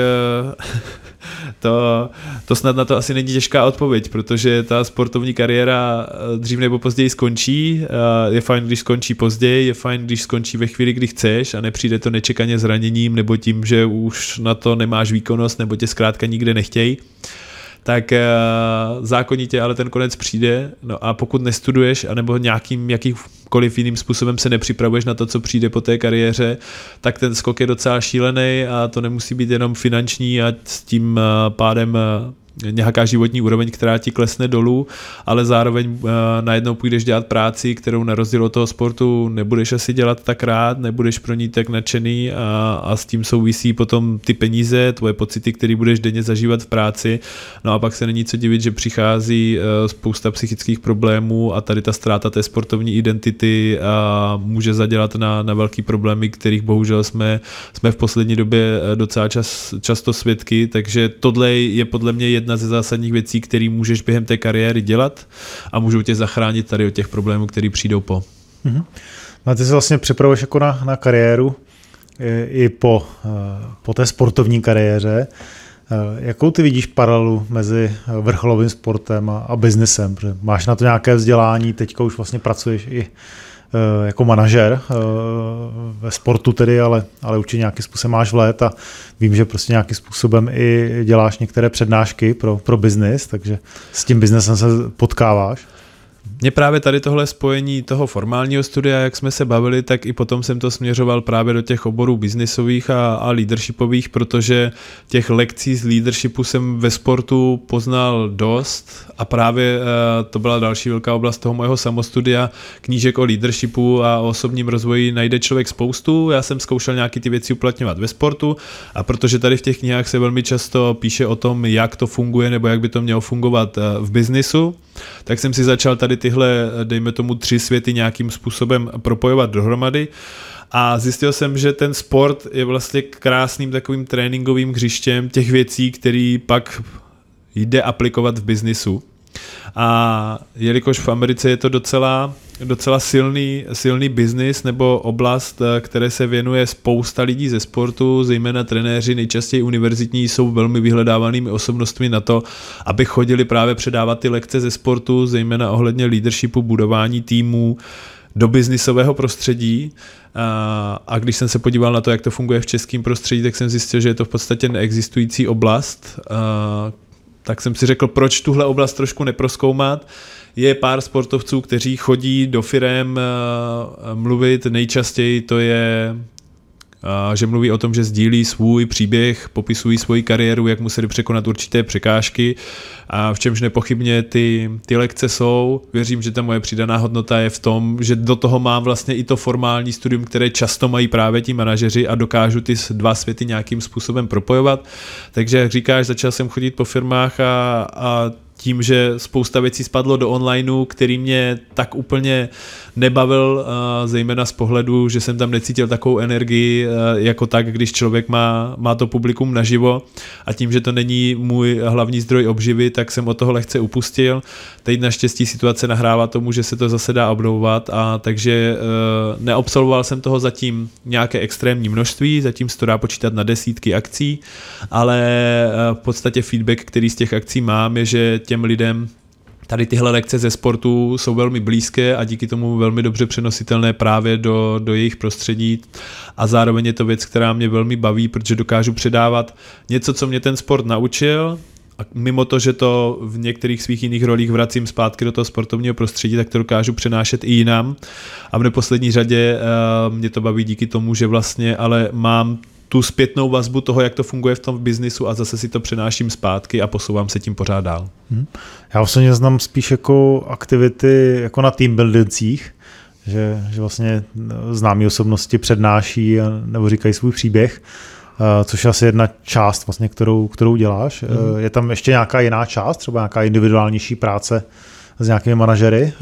to snad na to asi není těžká odpověď, protože ta sportovní kariéra dřív nebo později skončí. Je fajn, když skončí později, je fajn, když skončí ve chvíli, kdy chceš a nepřijde to nečekaně zraněním nebo tím, že už na to nemáš výkonnost nebo tě zkrátka nikde nechtějí. Tak zákonitě ale ten konec přijde, no a pokud nestuduješ anebo jakýmkoliv jiným způsobem se nepřipravuješ na to, co přijde po té kariéře, tak ten skok je docela šílený a to nemusí být jenom finanční a s tím pádem nějaká životní úroveň, která ti klesne dolů, ale zároveň najednou půjdeš dělat práci, kterou na rozdíl od toho sportu nebudeš asi dělat tak rád, nebudeš pro ní tak nadšený a s tím souvisí potom ty peníze, tvoje pocity, které budeš denně zažívat v práci. No a pak se není co divit, že přichází spousta psychických problémů a tady ta ztráta té sportovní identity může zadělat na velký problémy, kterých bohužel jsme v poslední době docela často svědky, takže tohle je podle mě jedna ze zásadních věcí, které můžeš během té kariéry dělat a můžou tě zachránit tady od těch problémů, které přijdou po. Mm-hmm. No a ty se vlastně připravuješ jako na kariéru i po té sportovní kariéře. Jakou ty vidíš paralelu mezi vrcholovým sportem a biznesem? Protože máš na to nějaké vzdělání, teďka už vlastně pracuješ i jako manažer ve sportu tedy, ale určitě nějakým způsobem máš vlet a vím, že prostě nějakým způsobem i děláš některé přednášky pro biznis, takže s tím biznesem se potkáváš. Mě právě tady tohle spojení toho formálního studia, jak jsme se bavili, tak i potom jsem to směřoval právě do těch oborů biznisových a leadershipových, protože těch lekcí z leadershipu jsem ve sportu poznal dost a právě to byla další velká oblast toho mojeho samostudia. Knížek o leadershipu a o osobním rozvoji najde člověk spoustu. Já jsem zkoušel nějaké ty věci uplatňovat ve sportu a protože tady v těch knihách se velmi často píše o tom, jak to funguje nebo jak by to mělo fungovat v biznisu, tak jsem si začal tady tyhle, dejme tomu, 3 světy nějakým způsobem propojovat dohromady a zjistil jsem, že ten sport je vlastně krásným takovým tréninkovým hřištěm těch věcí, které pak jde aplikovat v biznisu. A jelikož v Americe je to docela silný biznis nebo oblast, které se věnuje spousta lidí ze sportu, zejména trenéři, nejčastěji univerzitní, jsou velmi vyhledávanými osobnostmi na to, aby chodili právě předávat ty lekce ze sportu, zejména ohledně leadershipu, budování týmů, do biznisového prostředí. A když jsem se podíval na to, jak to funguje v českém prostředí, tak jsem zjistil, že je to v podstatě neexistující oblast. Tak jsem si řekl, proč tuhle oblast trošku neprozkoumat. Je pár sportovců, kteří chodí do firem mluvit, nejčastěji to je že mluví o tom, že sdílí svůj příběh, popisují svoji kariéru, jak museli překonat určité překážky a v čemž nepochybně ty lekce jsou. Věřím, že ta moje přidaná hodnota je v tom, že do toho mám vlastně i to formální studium, které často mají právě ti manažeři a dokážu ty dva světy nějakým způsobem propojovat. Takže jak říkáš, začal jsem chodit po firmách a tím, že spousta věcí spadlo do onlineu, který mě tak úplně nebavil, zejména z pohledu, že jsem tam necítil takovou energii jako tak, když člověk má to publikum naživo a tím, že to není můj hlavní zdroj obživy, tak jsem od toho lehce upustil. Teď naštěstí situace nahrává tomu, že se to zase dá obnovovat a takže neabsolvoval jsem toho zatím nějaké extrémní množství, zatím se to dá počítat na desítky akcí, ale v podstatě feedback, který z těch akcí mám, je, že těm lidem tady tyhle lekce ze sportu jsou velmi blízké a díky tomu velmi dobře přenositelné právě do jejich prostředí a zároveň je to věc, která mě velmi baví, protože dokážu předávat něco, co mě ten sport naučil a mimo to, že to v některých svých jiných rolích vracím zpátky do toho sportovního prostředí, tak to dokážu přenášet i jinam a v neposlední řadě mě to baví díky tomu, že vlastně ale mám tu zpětnou vazbu toho, jak to funguje v tom biznisu a zase si to přenáším zpátky a posouvám se tím pořád dál. Já osobně znám spíš jako aktivity jako na teambuildingcích, že vlastně známí osobnosti přednáší nebo říkají svůj příběh, což je asi jedna část, vlastně, kterou děláš. Je tam ještě nějaká jiná část, třeba nějaká individuálnější práce s nějakými manažery?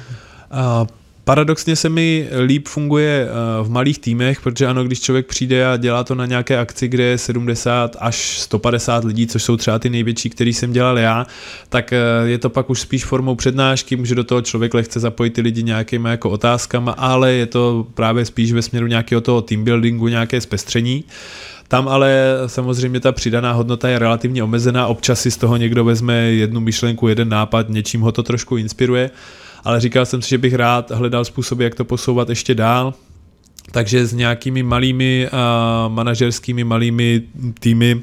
Paradoxně se mi líp funguje v malých týmech, protože ano, když člověk přijde a dělá to na nějaké akci, kde je 70 až 150 lidí, což jsou třeba ty největší, který jsem dělal já, tak je to pak už spíš formou přednášky, může do toho člověk lehce zapojit ty lidi nějakýma jako otázkama, ale je to právě spíš ve směru nějakého toho teambuildingu, nějaké zpestření. Tam ale samozřejmě ta přidaná hodnota je relativně omezená, občas si z toho někdo vezme jednu myšlenku, jeden nápad, něčím ho to trošku inspiruje, ale říkal jsem si, že bych rád hledal způsoby, jak to posouvat ještě dál, takže s nějakými malými manažerskými malými týmy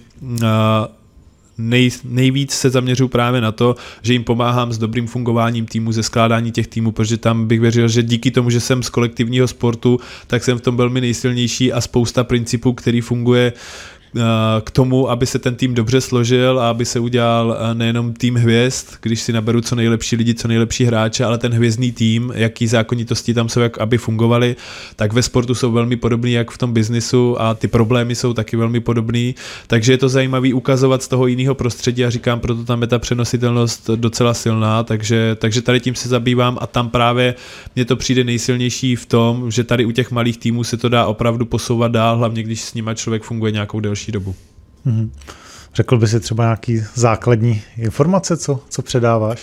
nejvíc se zaměřuju právě na to, že jim pomáhám s dobrým fungováním týmu, ze skládání těch týmů, protože tam bych věřil, že díky tomu, že jsem z kolektivního sportu, tak jsem v tom velmi nejsilnější a spousta principů, který funguje k tomu, aby se ten tým dobře složil a aby se udělal nejenom tým hvězd, když si naberu co nejlepší lidi, co nejlepší hráče, ale ten hvězdný tým, jaký zákonitosti tam jsou, jak aby fungovaly, tak ve sportu jsou velmi podobný jak v tom biznisu a ty problémy jsou taky velmi podobný, takže je to zajímavý ukazovat z toho jiného prostředí a říkám, proto tam je ta přenositelnost docela silná, takže tady tím se zabývám a tam právě mně to přijde nejsilnější v tom, že tady u těch malých týmů se to dá opravdu posouvat dál, hlavně když s nima člověk funguje nějakou delší dobu. Řekl by si třeba nějaký základní informace, co předáváš?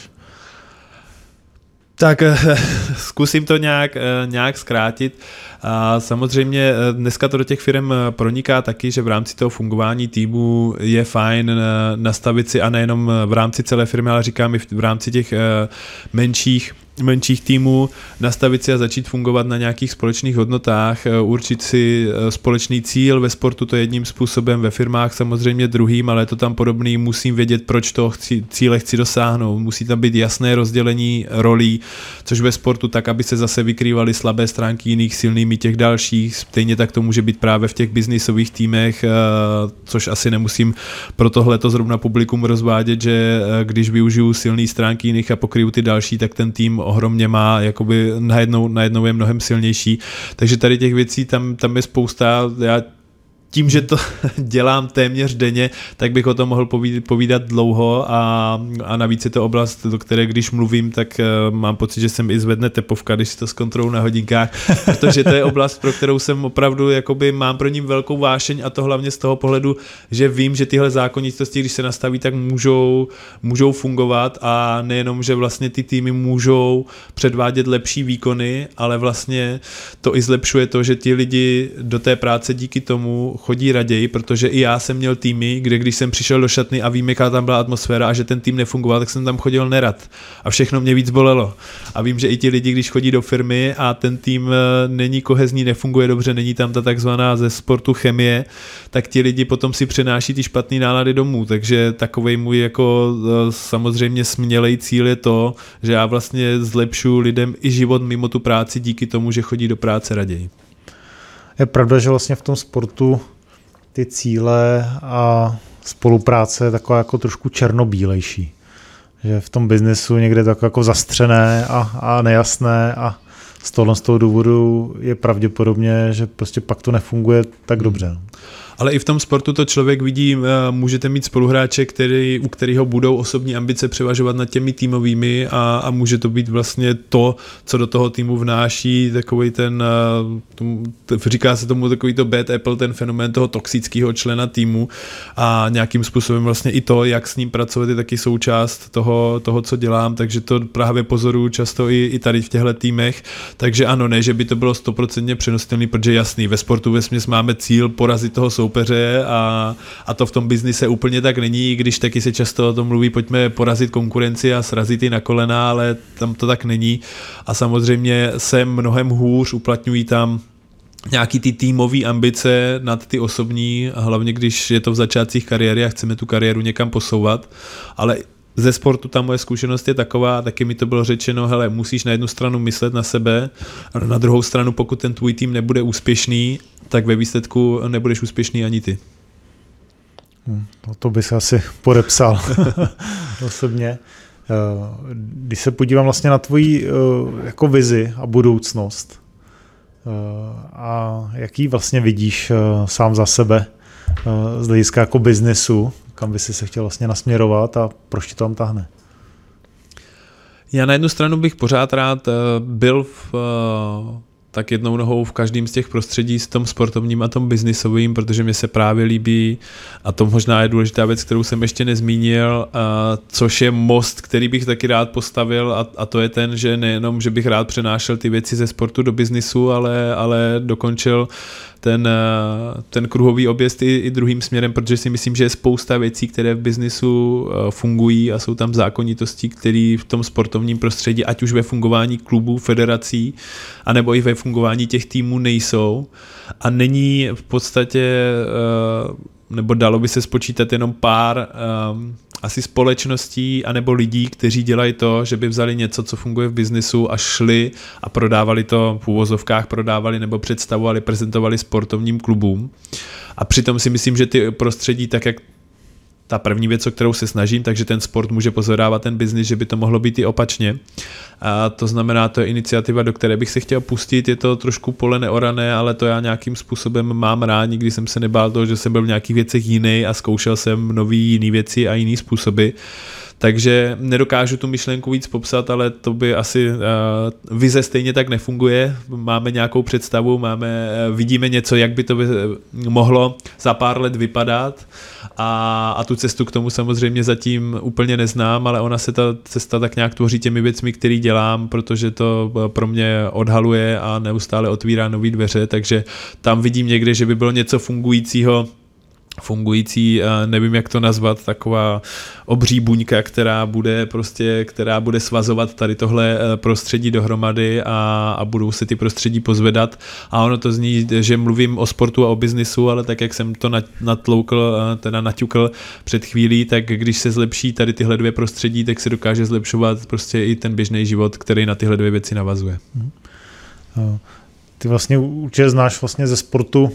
Tak zkusím to nějak zkrátit. A samozřejmě dneska to do těch firm proniká taky, že v rámci toho fungování týmu je fajn nastavit si a nejenom v rámci celé firmy, ale říkám i v rámci těch menších týmů nastavit si a začít fungovat na nějakých společných hodnotách, určit si společný cíl ve sportu, to je jedním způsobem, ve firmách samozřejmě druhým, ale je to tam podobný, musím vědět, proč toho cíle chci dosáhnout, musí tam být jasné rozdělení rolí, což ve sportu tak, aby se zase vykrývaly slabé stránky jiných silnými těch dalších, stejně tak to může být právě v těch biznisových týmech, což asi nemusím pro tohleto zrovna publikum rozvádět, že když využiju silné stránky jiných a pokryju ty další, tak ten tým ohromně má, jakoby najednou je mnohem silnější. Takže tady těch věcí tam je spousta. Já tím, že to dělám téměř denně, tak bych o tom mohl povídat dlouho a navíc je to oblast, do které když mluvím, tak mám pocit, že se mi i zvedne tepovka, když si to zkontroluji na hodinkách, protože to je oblast, pro kterou jsem opravdu, jakoby mám pro ním velkou vášeň a to hlavně z toho pohledu, že vím, že tyhle zákonitosti, když se nastaví, tak můžou fungovat a nejenom, že vlastně ty týmy můžou předvádět lepší výkony, ale vlastně to i zlepšuje to, že ti lidi do té práce díky tomu chodí raději, protože i já jsem měl týmy, kde když jsem přišel do šatny a vím, jaká tam byla atmosféra a že ten tým nefungoval, tak jsem tam chodil nerad a všechno mě víc bolelo. A vím, že i ti lidi, když chodí do firmy a ten tým není kohezní, nefunguje dobře, není tam ta takzvaná ze sportu chemie, tak ti lidi potom si přenáší ty špatné nálady domů, takže takovej můj jako samozřejmě smělej cíl je to, že já vlastně zlepšuju lidem i život mimo tu práci díky tomu, že chodí do práce raději. je pravda, že vlastně v tom sportu ty cíle a spolupráce je taková jako trošku černobílejší. Že v tom biznesu někde tak jako zastřené a nejasné a z toho důvodu je pravděpodobně, že prostě pak to nefunguje tak dobře. Ale i v tom sportu to člověk vidí, můžete mít spoluhráče, u kterého budou osobní ambice převažovat nad těmi týmovými a může to být vlastně to, co do toho týmu vnáší takový ten, říká se tomu takový to bad apple, ten fenomén toho toxického člena týmu a nějakým způsobem vlastně i to, jak s ním pracovat, je taky součást toho, co dělám, takže to právě pozoruju často i tady v těchto týmech, takže ano, ne, že by to bylo 100% přenositelný, protože jasný, ve sportu vesměs máme cíl porazit toho soupeře a to v tom biznise úplně tak není, když taky se často o tom mluví, pojďme porazit konkurenci a srazit ji na kolena, ale tam to tak není a samozřejmě se mnohem hůř uplatňují tam nějaký ty týmový ambice nad ty osobní, hlavně když je to v začátcích kariéry a chceme tu kariéru někam posouvat, ale ze sportu ta moje zkušenost je taková, taky mi to bylo řečeno, hele, musíš na jednu stranu myslet na sebe a na druhou stranu, pokud ten tvůj tým nebude úspěšný, tak ve výsledku nebudeš úspěšný ani ty. To by se asi podepsal osobně. Když se podívám vlastně na tvoji jako vizi a budoucnost a jaký vlastně vidíš sám za sebe z hlediska jako biznesu, kam by si se chtěl vlastně nasměrovat a proč ti to tam tahne? Já na jednu stranu bych pořád rád byl tak jednou nohou v každém z těch prostředí s tom sportovním a tom biznisovým, protože mě se právě líbí a to možná je důležitá věc, kterou jsem ještě nezmínil, což je most, který bych taky rád postavil a to je ten, že nejenom, že bych rád přenášel ty věci ze sportu do biznisu, ale dokončil ten kruhový objezd i druhým směrem, protože si myslím, že je spousta věcí, které v biznisu fungují a jsou tam zákonitosti, které v tom sportovním prostředí, ať už ve fungování klubů, federací, anebo i ve fungování těch týmů nejsou. A není v podstatě, nebo dalo by se spočítat jenom pár asi společností anebo lidí, kteří dělají to, že by vzali něco, co funguje v biznisu a šli a prodávali to v uvozovkách, prodávali nebo představovali, prezentovali sportovním klubům. A přitom si myslím, že ty prostředí, tak jak ta první věc, o kterou se snažím, takže ten sport může pozvedávat ten biznis, že by to mohlo být i opačně. A to znamená, to je iniciativa, do které bych se chtěl pustit, je to trošku pole neorané, ale to já nějakým způsobem mám rád, nikdy jsem se nebál toho, že jsem byl v nějakých věcech jiný a zkoušel jsem nový jiný věci a jiný způsoby. Takže nedokážu tu myšlenku víc popsat, ale to by asi vize stejně tak nefunguje. Máme nějakou představu, vidíme něco, jak by to mohlo za pár let vypadat a tu cestu k tomu samozřejmě zatím úplně neznám, ale ona se ta cesta tak nějak tvoří těmi věcmi, které dělám, protože to pro mě odhaluje a neustále otvírá nový dveře, takže tam vidím někde, že by bylo něco fungující, nevím jak to nazvat, taková obří buňka, která bude svazovat tady tohle prostředí dohromady a budou se ty prostředí pozvedat a ono to zní, že mluvím o sportu a o biznisu, ale tak jak jsem to naťukl před chvílí, tak když se zlepší tady tyhle dvě prostředí, tak se dokáže zlepšovat prostě i ten běžný život, který na tyhle dvě věci navazuje. Ty vlastně určitě znáš vlastně ze sportu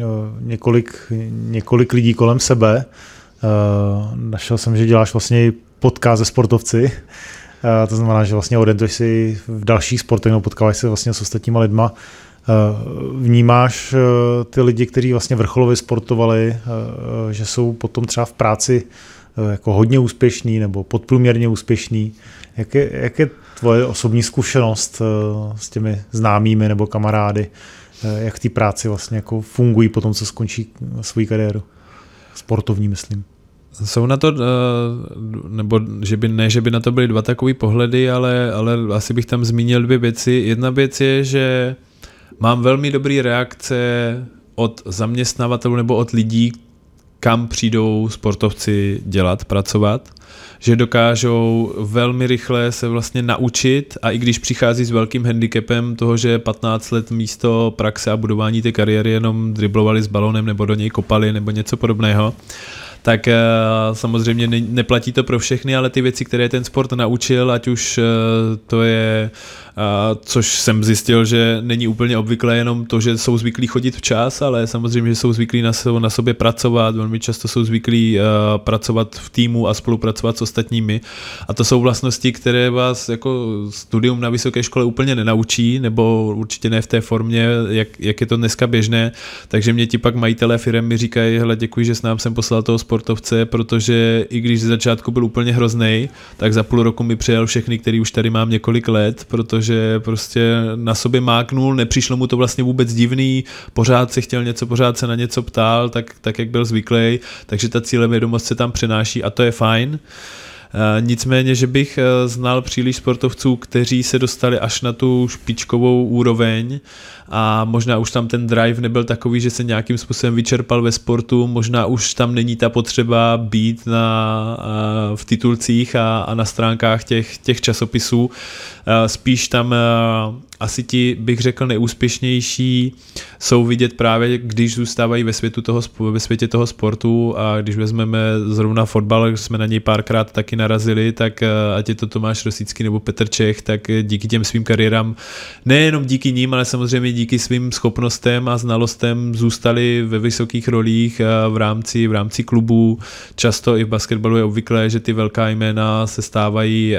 několik lidí kolem sebe. Našel jsem, že děláš vlastně podcast se sportovci. To znamená, že vlastně orientuješ si v dalších sportech, nebo potkáváš se vlastně s ostatníma lidma. Vnímáš ty lidi, kteří vlastně vrcholově sportovali, že jsou potom třeba v práci jako hodně úspěšný nebo podprůměrně úspěšný. Jak je tvoje osobní zkušenost s těmi známými nebo kamarády? Jak v té práci vlastně jako fungují po tom, co skončí svou kariéru? Sportovní, myslím. Jsou na to, nebo že by na to byly dva takové pohledy, ale asi bych tam zmínil dvě věci. Jedna věc je, že mám velmi dobré reakce od zaměstnavatelů nebo od lidí, kam přijdou sportovci dělat, pracovat, že dokážou velmi rychle se vlastně naučit a i když přichází s velkým handicapem toho, že 15 let místo praxe a budování té kariéry jenom driblovali s balónem nebo do něj kopali nebo něco podobného, tak samozřejmě neplatí to pro všechny, ale ty věci, které ten sport naučil, ať už to je což jsem zjistil, že není úplně obvyklé jenom to, že jsou zvyklí chodit včas, ale samozřejmě, že jsou zvyklí na sobě pracovat, velmi často jsou zvyklí pracovat v týmu a spolupracovat s ostatními. A to jsou vlastnosti, které vás jako studium na vysoké škole úplně nenaučí, nebo určitě ne v té formě, jak je to dneska běžné. Takže mě ti pak majitelé firem mi říkají, hele, děkuji, že s nám jsem poslal toho sportovce, protože i když ze začátku byl úplně hroznej, tak za půl roku mi přijal všechny, který už tady mám několik let, protože prostě na sobě máknul, nepřišlo mu to vlastně vůbec divný, pořád si chtěl něco, pořád se na něco ptal, tak jak byl zvyklý, takže ta cílevědomost se tam přenáší a to je fajn. Nicméně, že bych znal příliš sportovců, kteří se dostali až na tu špičkovou úroveň a možná už tam ten drive nebyl takový, že se nějakým způsobem vyčerpal ve sportu, možná už tam není ta potřeba být v titulcích a na stránkách těch časopisů. Spíš tam asi ti, bych řekl, neúspěšnější jsou vidět právě, když zůstávají ve světě toho sportu a když vezmeme zrovna fotbal, jsme na něj párkrát taky narazili, tak ať je to Tomáš Rosický nebo Petr Čech, tak díky těm svým kariérám, nejenom díky ním, ale samozřejmě díky svým schopnostem a znalostem zůstali ve vysokých rolích v rámci klubů. Často i v basketbalu je obvyklé, že ty velká jména se stávají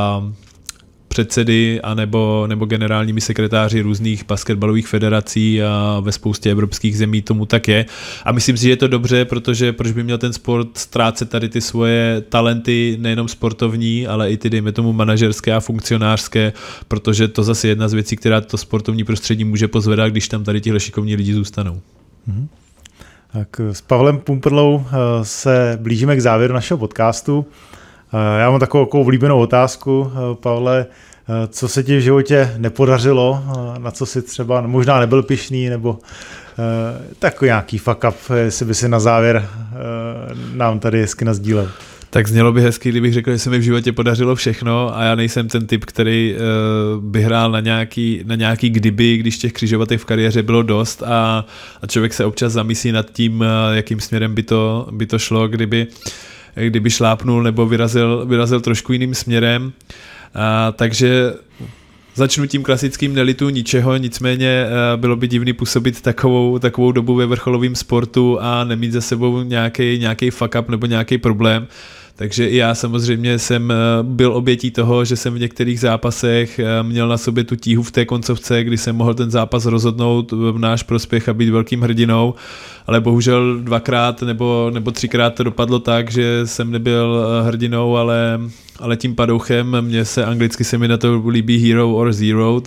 předsedy anebo generálními sekretáři různých basketbalových federací a ve spoustě evropských zemí tomu tak je. A myslím si, že je to dobře, protože proč by měl ten sport ztrácet tady ty svoje talenty, nejenom sportovní, ale i ty, dejme tomu, manažerské a funkcionářské, protože to zase je jedna z věcí, která to sportovní prostředí může pozvedat, když tam tady tihle šikovní lidi zůstanou. Mm-hmm. Tak s Pavlem Pumperlou se blížíme k závěru našeho podcastu. Já mám takovou oblíbenou otázku, Pavle, co se ti v životě nepodařilo, na co si třeba možná nebyl pyšný, nebo takový nějaký fuck up, jestli by si na závěr nám tady hezky nasdílel. Tak znělo by hezky, kdybych řekl, že se mi v životě podařilo všechno a já nejsem ten typ, který by hrál na nějaký kdyby, když těch křižovatek v kariéře bylo dost a člověk se občas zamyslí nad tím, jakým směrem by to šlo, kdyby šlápnul nebo vyrazil trošku jiným směrem. Takže začnu tím klasickým nelitu ničeho, nicméně bylo by divný působit takovou dobu ve vrcholovém sportu a nemít za sebou nějaký fuck up nebo nějaký problém. Takže i já samozřejmě jsem byl obětí toho, že jsem v některých zápasech měl na sobě tu tíhu v té koncovce, kdy jsem mohl ten zápas rozhodnout v náš prospěch a být velkým hrdinou, ale bohužel 2x nebo 3x to dopadlo tak, že jsem nebyl hrdinou, ale tím padouchem. Anglicky se mi na to líbí hero or zero,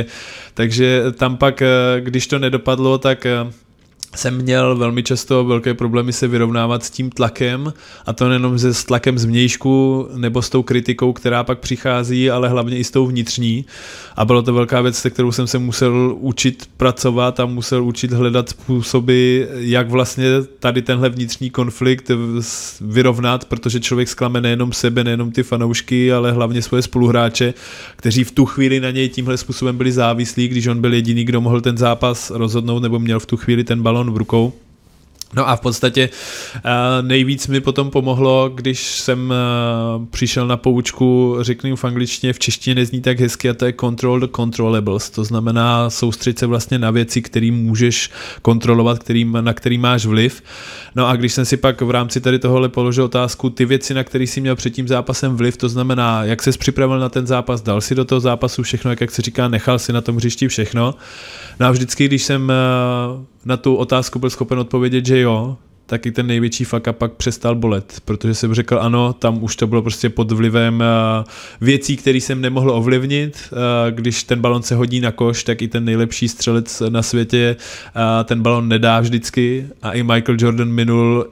takže tam pak, když to nedopadlo, tak jsem měl velmi často velké problémy se vyrovnávat s tím tlakem a to nejenom s tlakem zvnějšku nebo s tou kritikou, která pak přichází, ale hlavně i s tou vnitřní a bylo to velká věc, se kterou jsem se musel učit pracovat a musel učit hledat způsoby, jak vlastně tady tenhle vnitřní konflikt vyrovnat, protože člověk zklame nejenom sebe, nejenom ty fanoušky, ale hlavně svoje spoluhráče, kteří v tu chvíli na něj tímhle způsobem byli závislí, když on byl jediný, kdo mohl ten zápas rozhodnout nebo měl v tu chvíli ten balon v rukou. No a v podstatě nejvíc mi potom pomohlo, když jsem přišel na poučku, řeknu v angličtině, v češtině nezní tak hezky, a to je control the controllables, to znamená soustředit se vlastně na věci, které můžeš kontrolovat, na který máš vliv. No a když jsem si pak v rámci tady tohohle položil otázku, ty věci, na které jsi měl před tím zápasem vliv, to znamená, jak ses připravil na ten zápas, dal si do toho zápasu všechno, jak se říká, nechal si na tom hřišti všechno. No a vždycky, když jsem na tu otázku byl schopen odpovědět, že jo, tak i ten největší fuck up pak přestal bolet, protože jsem řekl ano, tam už to bylo prostě pod vlivem věcí, které jsem nemohl ovlivnit. Když ten balon se hodí na koš, tak i ten nejlepší střelec na světě ten balon nedá vždycky a i Michael Jordan minul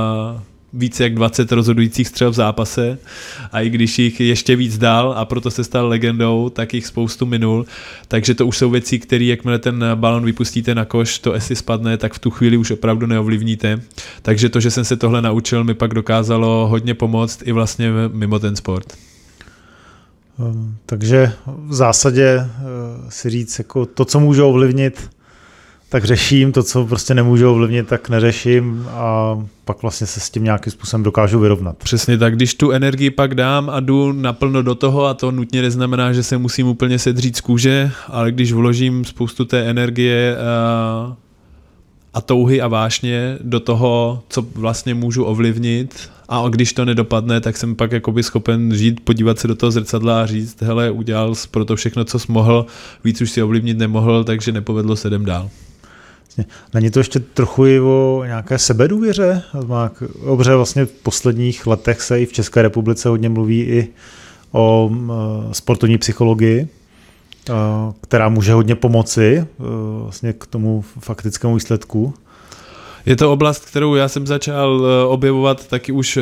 více jak 20 rozhodujících střel v zápase a i když jich ještě víc dal a proto se stal legendou, tak jich spoustu minul. Takže to už jsou věci, které jakmile ten balon vypustíte na koš, to jestli spadne, tak v tu chvíli už opravdu neovlivníte. Takže to, že jsem se tohle naučil, mi pak dokázalo hodně pomoct i vlastně mimo ten sport. Takže v zásadě si říct, jako to, co může ovlivnit, tak řeším, to, co prostě nemůžu ovlivnit, tak neřeším a pak vlastně se s tím nějakým způsobem dokážu vyrovnat. Přesně tak, když tu energii pak dám a jdu naplno do toho, a to nutně neznamená, že se musím úplně sedřít z kůže, ale když vložím spoustu té energie a touhy a vášně do toho, co vlastně můžu ovlivnit, a když to nedopadne, tak jsem pak jakoby schopen žít, podívat se do toho zrcadla a říct, hele, udělal jsi pro to všechno, co jsi mohl, víc už si ovlivnit nemohl, takže nepovedlo se, jdem dál. Není to ještě trochu i o nějaké sebedůvěře? Dobře, vlastně v posledních letech se i v České republice hodně mluví i o sportovní psychologii, která může hodně pomoci vlastně k tomu faktickému výsledku. Je to oblast, kterou já jsem začal objevovat taky už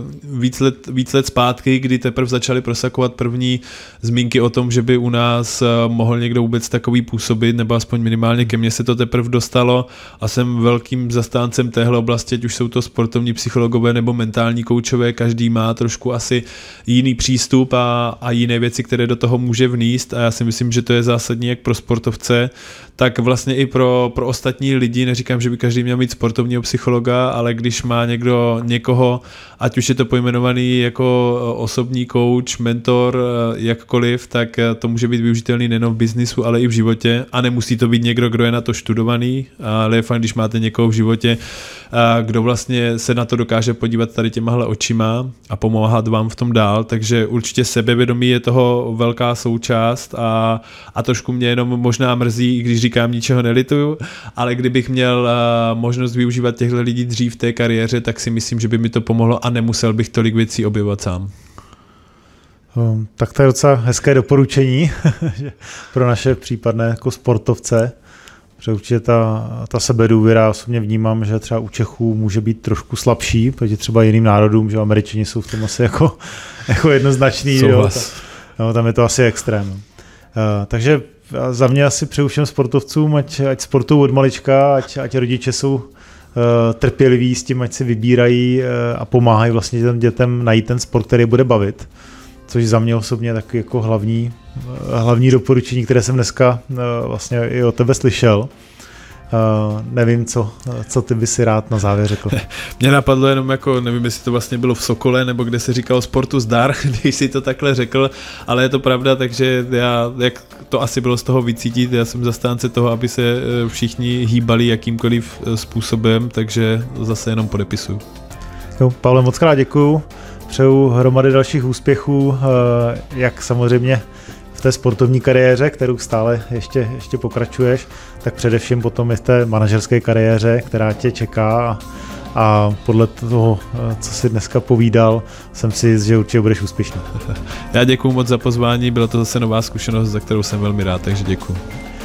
víc let zpátky, kdy teprve začaly prosakovat první zmínky o tom, že by u nás mohl někdo vůbec takový působit, nebo aspoň minimálně ke mně se to teprve dostalo a jsem velkým zastáncem téhle oblasti, ať už jsou to sportovní psychologové nebo mentální koučové, každý má trošku asi jiný přístup a jiné věci, které do toho může vníst a já si myslím, že to je zásadní jak pro sportovce, tak vlastně i pro ostatní lidi, neříkám, že by každý měl mít sportovního psychologa, ale když má někdo někoho, ať už je to pojmenovaný jako osobní coach, mentor, jakkoliv, tak to může být využitelný nejen v biznisu, ale i v životě a nemusí to být někdo, kdo je na to študovaný, ale je fajn, když máte někoho v životě, kdo vlastně se na to dokáže podívat tady těmahle očima a pomáhat vám v tom dál, takže určitě sebevědomí je toho velká součást a trošku mě jenom možná mrzí, i když říkám, ničeho nelituju, ale kdybych měl možnost využívat těchto lidí dřív v té kariéře, tak si myslím, že by mi to pomohlo a nemusel bych tolik věcí objevovat sám. Tak to je docela hezké doporučení pro naše případné jako sportovce. Protože určitě ta sebedůvěra, osobně vnímám, že třeba u Čechů může být trošku slabší, protože třeba jiným národům, že Američani jsou v tom asi jako jednoznačný. Tam je to asi extrém. Takže za mě asi přeju všem sportovcům, ať sportují od malička, ať rodiče jsou trpěliví s tím, ať si vybírají a pomáhají vlastně těm dětem najít ten sport, který bude bavit. Což za mě osobně taky jako hlavní doporučení, které jsem dneska vlastně i od tebe slyšel. Nevím, co ty by si rád na závěr řekl. Mně napadlo jenom jako, nevím, jestli to vlastně bylo v Sokole, nebo kde se říkalo sportu zdar, když si to takhle řekl, ale je to pravda, takže jak to asi bylo z toho vycítit, já jsem zastánce toho, aby se všichni hýbali jakýmkoliv způsobem, takže zase jenom podepisuju. Jo, Pavle, moc krát děkuju. Přeju hromady dalších úspěchů, jak samozřejmě v té sportovní kariéře, kterou stále ještě pokračuješ, tak především potom i v té manažerské kariéře, která tě čeká a podle toho, co jsi dneska povídal, jsem si jist, že určitě budeš úspěšný. Já děkuju moc za pozvání, byla to zase nová zkušenost, za kterou jsem velmi rád, takže děkuju.